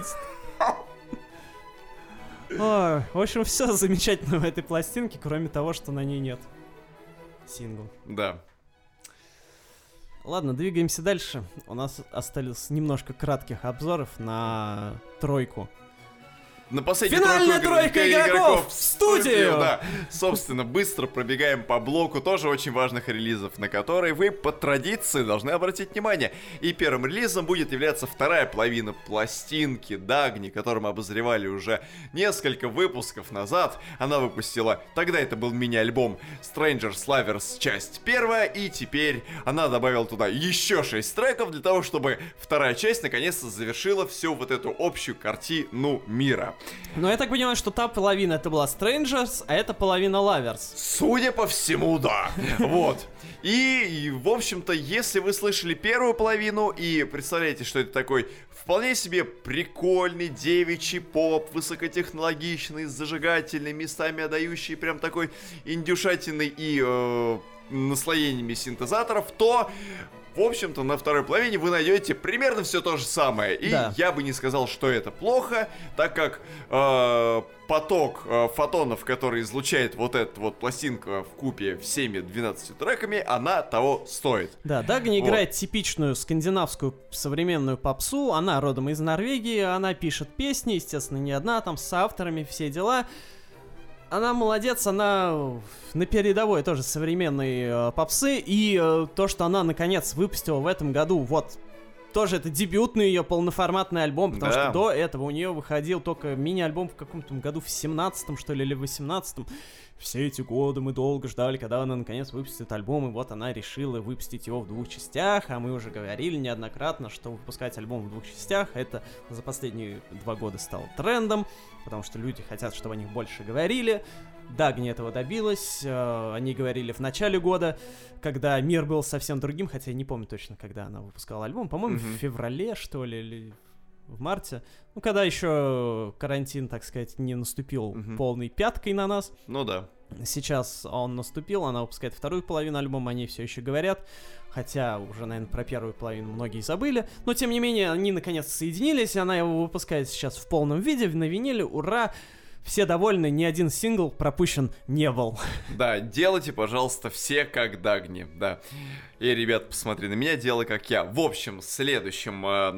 О, в общем, все замечательно в этой пластинке, кроме того, что на ней нет сингла. Да. Ладно, двигаемся дальше. У нас осталось немножко кратких обзоров на тройку. На последнюю Финальная тройку тройка игроков, игроков в студию! Да, собственно, быстро пробегаем по блоку тоже очень важных релизов, на которые вы по традиции должны обратить внимание. И первым релизом будет являться вторая половина пластинки Дагни, которую мы обозревали уже несколько выпусков назад. Она выпустила, тогда это был мини-альбом Strangers Lovers часть первая, и теперь она добавила туда еще шесть треков для того, чтобы вторая часть наконец-то завершила всю вот эту общую картину мира. Но я так понимаю, что та половина это была Strangers, а эта половина Lovers. Судя по всему, да. Вот. И, и, в общем-то, если вы слышали первую половину и представляете, что это такой вполне себе прикольный девичий поп, высокотехнологичный, зажигательный, местами отдающий прям такой индюшатиной и э, наслоениями синтезаторов, то... В общем-то, на второй половине вы найдете примерно все то же самое. И да. я бы не сказал, что это плохо, так как э, поток э, фотонов, который излучает вот эта вот пластинка вкупе всеми двенадцатью треками, она того стоит. Да, Дагни вот. играет типичную скандинавскую современную попсу. Она родом из Норвегии, она пишет песни, естественно, не одна, там с авторами, все дела. она молодец, она на передовой тоже современной э, попсы, и э, то, что она наконец выпустила в этом году, вот, тоже это дебютный ее полноформатный альбом, потому Да. что до этого у нее выходил только мини-альбом в каком-то году, в семнадцатом, что ли, или в восемнадцатом. Все эти годы мы долго ждали, когда она наконец выпустит альбом, и вот она решила выпустить его в двух частях, а мы уже говорили неоднократно, что выпускать альбом в двух частях, это за последние два года стало трендом, потому что люди хотят, чтобы о них больше говорили. Дагни этого добилась, э, они говорили в начале года, когда мир был совсем другим, хотя я не помню точно, когда она выпускала альбом, по-моему, Мгм. в феврале, что ли, или в марте, ну, когда еще карантин, так сказать, не наступил Мгм. полной пяткой на нас. Ну да. Сейчас он наступил, она выпускает вторую половину альбома, они все еще говорят, хотя уже, наверное, про первую половину многие забыли, но, тем не менее, они наконец соединились, и она его выпускает сейчас в полном виде, на виниле, ура! Все довольны, ни один сингл пропущен не был. Да, делайте, пожалуйста, все как Дагни, да. И, ребят, посмотри на меня, делай как я. В общем, следующим э,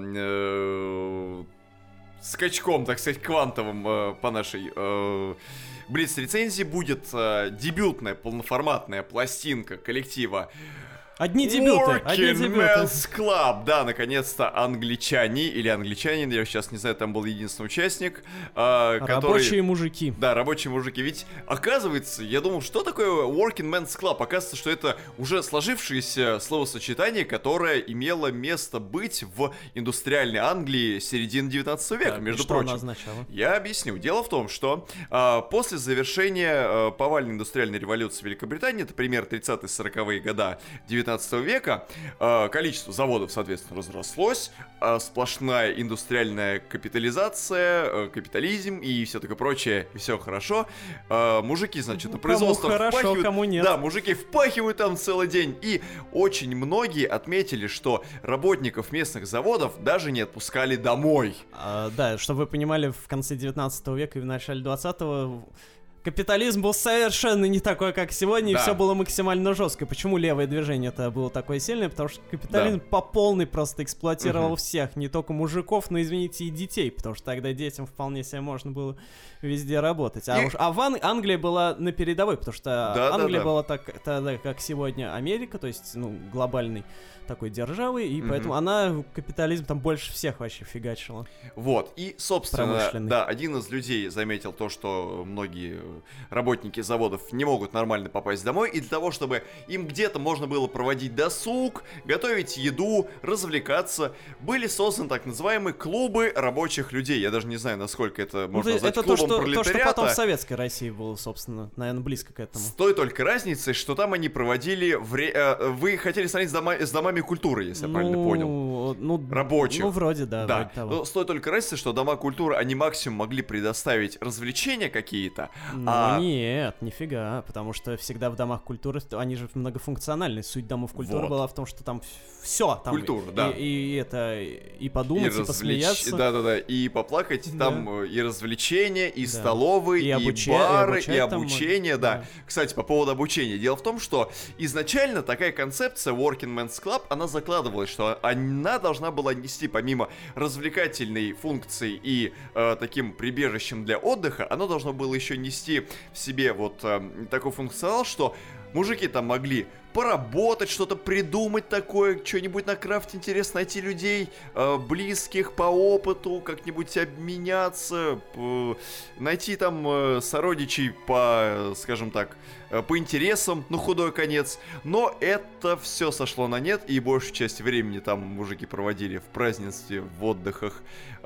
э, скачком, так сказать, квантовым э, по нашей э, Блиц-рецензии будет э, дебютная полноформатная пластинка коллектива Одни дебюты, одни Working дебюты. Men's Club. Да, наконец-то англичане или англичанин, я сейчас не знаю, там был единственный участник, э, который... Рабочие мужики. Да, рабочие мужики. Ведь, оказывается, я думал, что такое Working Men's Club? Оказывается, что это уже сложившееся словосочетание, которое имело место быть в индустриальной Англии середины девятнадцатого века, Так, между что прочим. оно означало? Я объясню. Дело в том, что а, после завершения а, повальной индустриальной революции в Великобритании, это пример тридцатые-сороковые года девятнадцатого века, а, количество заводов, соответственно, разрослось, а, сплошная индустриальная капитализация, а, капитализм и все такое прочее, и все хорошо. А, мужики, значит, на Кому производство хорошо, впахивают. кому нет. Да, мужики впахивают там целый день. И очень многие отметили, что работников местных заводов даже не отпускали домой. А, да, чтобы вы понимали, в конце девятнадцатого века и в начале двадцатого капитализм был совершенно не такой, как сегодня, Да. и все было максимально жестко. Почему левое движение это было такое сильное? Потому что капитализм Да. по полной просто эксплуатировал Мгм. всех, не только мужиков, но, извините, и детей, потому что тогда детям вполне себе можно было везде работать. А, И- уж, а в Ан- Англия была на передовой, потому что Да, да, Англия да. была так, тогда, как сегодня Америка, то есть, ну, глобальной такой державой, и Мгм. поэтому она капитализм там больше всех вообще фигачила. Вот, и, собственно, Промышленный. да, один из людей заметил то, что многие работники заводов не могут нормально попасть домой, и для того, чтобы им где-то можно было проводить досуг, готовить еду, развлекаться, были созданы так называемые клубы рабочих людей. Я даже не знаю, насколько это Ну, можно это назвать это то клубом что, то, что пролетариата. потом в Советской России было, собственно, наверное, близко к этому. С той только разницей, что там они проводили... Вре... э, Вы хотели сравнить с, дома... с домами культуры, если я правильно понял. Ну, Рабочих. Ну, вроде, да, Да, вроде того. но с той только разницей, что дома культуры, они максимум могли предоставить развлечения какие-то, Ну, а... нет, нифига, потому что всегда в домах культуры, они же многофункциональны. Суть домов культуры Вот. была в том, что там все, там Культура, да. И, и это, и подумать, и, развлеч- посмеяться. Да-да-да, и поплакать, Да. там э, и развлечения, и Да. столовые, И и, обуча- и бары, и обучать там, обучение, да. да. Кстати, по поводу обучения. Дело в том, что изначально такая концепция Working Men's Club, она закладывалась, что она должна была нести помимо развлекательной функции и э, таким прибежищем для отдыха, оно должно было еще нести в себе вот э, такой функционал, что мужики там могли поработать, что-то придумать такое, что-нибудь на крафте интересно, найти людей э, близких по опыту, как-нибудь обменяться, п- найти там э, сородичей по, э, скажем так, э, по интересам, ну худой конец. Но это все сошло на нет, и большую часть времени там мужики проводили в празднестве, в отдыхах,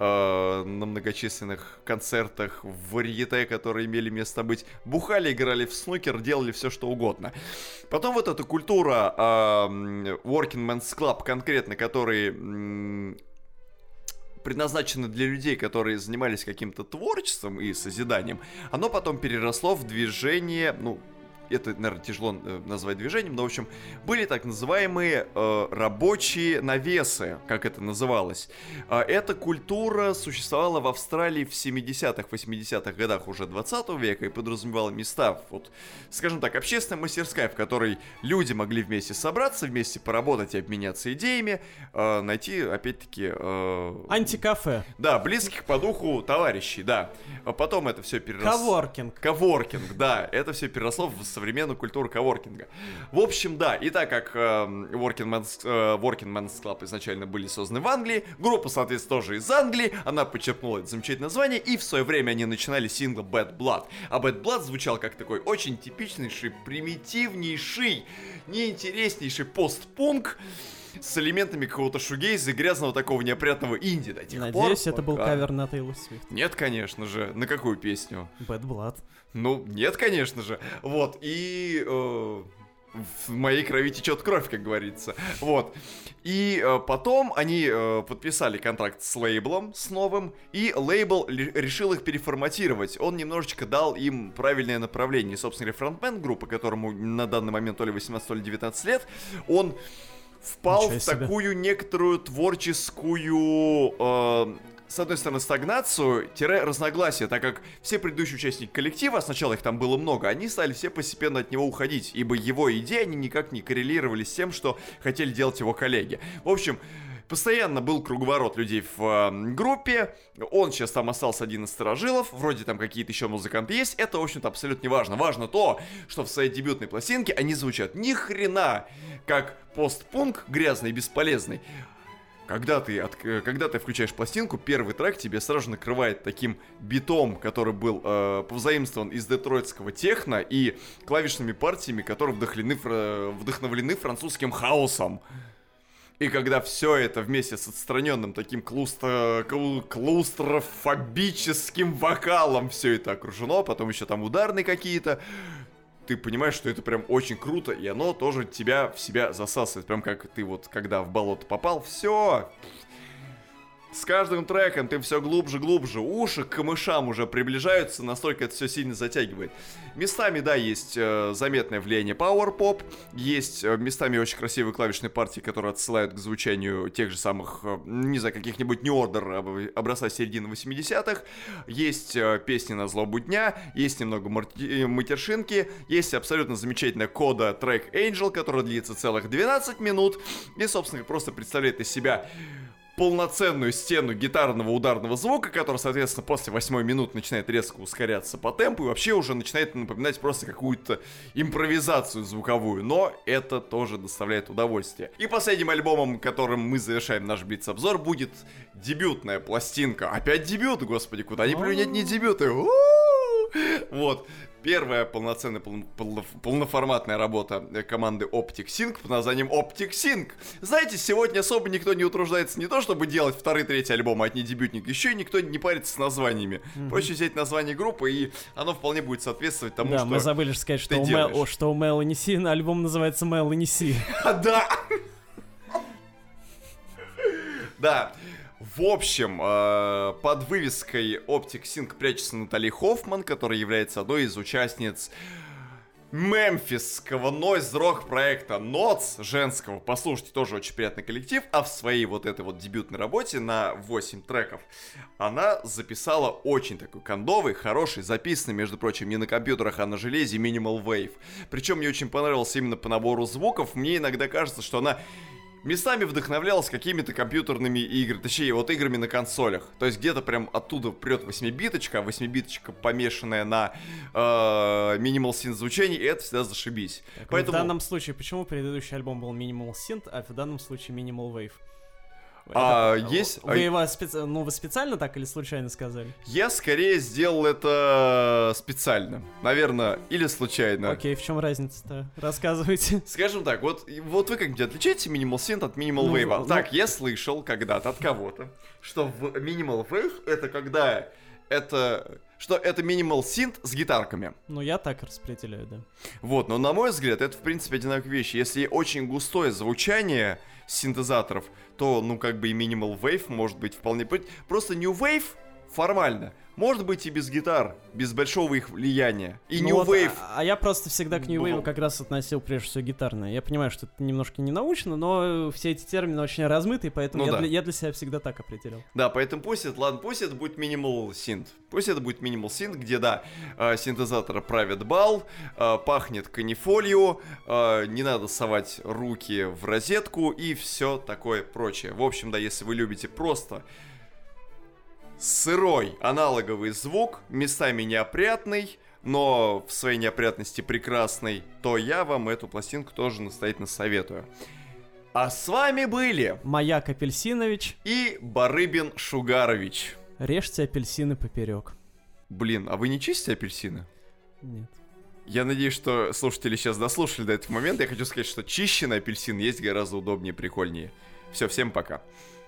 э, на многочисленных концертах, в варьете, которые имели место быть. Бухали, играли в снукер, делали все что угодно. Потом вот эта культура э, Working Men's Club конкретно, который м, предназначена для людей, которые занимались каким-то творчеством и созиданием, оно потом переросло в движение, ну, это, наверное, тяжело назвать движением, но, в общем, были так называемые э, рабочие навесы, как это называлось. Э, эта культура существовала в Австралии в семидесятых, восьмидесятых годах уже двадцатого века и подразумевала места, вот, скажем так, общественная мастерская, в которой люди могли вместе собраться, вместе поработать и обменяться идеями, э, найти, опять-таки... Э, Антикафе. Да, близких по духу товарищей, да. Потом это все переросло... Коворкинг. Коворкинг, да. Это все переросло в современную культуру коворкинга. В общем, да, и так как э, Working, Man's, э, Working Man's Club изначально были созданы в Англии, группа, соответственно, тоже из Англии, она почерпнула это замечательное название, и в свое время они начинали сингл Bad Blood. А Bad Blood звучал как такой очень типичнейший, примитивнейший, неинтереснейший постпунк, с элементами какого-то шугейза и грязного такого неопрятного инди до тех Надеюсь, пор. Надеюсь, это пока... был кавер на Тейлор Свифт. Нет, конечно же. На какую песню? Bad Blood. Ну, нет, конечно же. Вот, и... Э, в моей крови течет кровь, как говорится. Вот. И э, потом они э, подписали контракт с лейблом, с новым, и лейбл ли, решил их переформатировать. Он немножечко дал им правильное направление. И, собственно говоря, фронтмен группы, которому на данный момент то ли восемнадцать, то ли девятнадцать лет, он... впал в такую некоторую творческую, э, с одной стороны, стагнацию, тире разногласия, так как все предыдущие участники коллектива, сначала их там было много, они стали все постепенно от него уходить, ибо его идеи, они никак не коррелировали с тем, что хотели делать его коллеги. В общем... Постоянно был круговорот людей в э, группе, он сейчас там остался один из старожилов, вроде там какие-то еще музыканты есть, это, в общем-то, абсолютно не важно. Важно то, что в своей дебютной пластинке они звучат ни хрена как постпунк грязный и бесполезный. Когда ты, от, когда ты включаешь пластинку, первый трек тебе сразу же накрывает таким битом, который был э, повзаимствован из детройтского техно и клавишными партиями, которые вдохновлены, вдохновлены французским хаосом. И когда все это вместе с отстраненным таким клаустро... клаустрофобическим вокалом все это окружено, потом еще там ударные какие-то, ты понимаешь, что это прям очень круто, и оно тоже тебя в себя засасывает. Прям как ты вот, когда в болото попал, все... С каждым треком ты все глубже, глубже, уши к камышам уже приближаются, настолько это все сильно затягивает. Местами, да, есть э, заметное влияние Power Pop, есть э, местами очень красивые клавишные партии, которые отсылают к звучанию тех же самых, э, не знаю, каких-нибудь New Order образца середины восьмидесятых, есть э, песни на злобу дня, есть немного марти- матершинки, есть абсолютно замечательная кода трек Angel, который длится целых двенадцать минут, и, собственно, просто представляет из себя... полноценную стену гитарного ударного звука, который, соответственно, после восьмой минуты начинает резко ускоряться по темпу и вообще уже начинает напоминать просто какую-то импровизацию звуковую, но это тоже доставляет удовольствие. И последним альбомом, которым мы завершаем наш Блиц-обзор, будет дебютная пластинка. Опять дебют, господи, куда ни плюнь, нет, не дебюты. Вот. Первая полноценная пол- пол- полноформатная работа команды Optic Sync под названием Optic Sync. Знаете, сегодня особо никто не утруждается не то, чтобы делать второй, третий альбом, а не дебютник, еще и никто не парится с названиями. Mm-hmm. Проще взять название группы, и оно вполне будет соответствовать тому, да, что мы забыли сказать, что у, Мел, о, что у Melanie C альбом называется Melanie C. Да! Да. В общем, э, под вывеской Optic Sync прячется Натали Хоффман, которая является одной из участниц мемфисского нойз-рок проекта Notes, женского. Послушайте, тоже очень приятный коллектив. А в своей вот этой вот дебютной работе на восемь треков она записала очень такой кондовый, хороший, записанный, между прочим, не на компьютерах, а на железе Minimal Wave. Причем мне очень понравился именно по набору звуков. Мне иногда кажется, что она... местами вдохновлялась какими-то компьютерными играми, точнее, вот играми на консолях. То есть где-то прям оттуда прет восьмибиточка, а восьмибиточка помешанная на э, Minimal Synth звучании, и это всегда зашибись. Так, Поэтому... В данном случае, почему предыдущий альбом был Minimal Synth, а в данном случае Minimal Wave? А, это, есть... Вы его специ... ну, вы специально так или случайно сказали? Я скорее сделал это специально. Наверное, или случайно. Окей, в чем разница-то? Рассказывайте. Скажем так, вот, вот вы как-нибудь отличаете Minimal Synth от Minimal ну, Wave? Ну... Так, я слышал когда-то от кого-то, что в Minimal Wave это когда... это... что это Minimal Synth с гитарками. Ну, я так распределяю, да. Вот, но на мой взгляд, это, в принципе, одинаковые вещи. Если очень густое звучание синтезаторов, то, ну, как бы и Minimal Wave может быть вполне... Просто New Wave формально, может быть и без гитар, без большого их влияния. И Ну New вот, Wave... а, а я просто всегда к New Ну, Wave как раз относил прежде всего гитарное. Я понимаю, что это немножко не научно, но все эти термины очень размытые, поэтому Ну я, да. для, я для себя всегда так определял. Да, поэтому пусть это, ладно, пусть это будет Minimal Synth. Пусть это будет Minimal Synth, где, да, э, синтезатор правит бал, э, пахнет канифолью, э, не надо совать руки в розетку и все такое прочее. В общем, да, если вы любите просто сырой аналоговый звук, местами неопрятный, но в своей неопрятности прекрасный, то я вам эту пластинку тоже настоятельно советую. А с вами были Маяк Апельсинович, и Барыбин Шугарович. режьте апельсины поперек. Блин, а вы не чистите апельсины? Нет. Я надеюсь, что слушатели сейчас дослушали до этого момента. Я хочу сказать, что чищенный апельсин есть гораздо удобнее и прикольнее. Все, всем пока.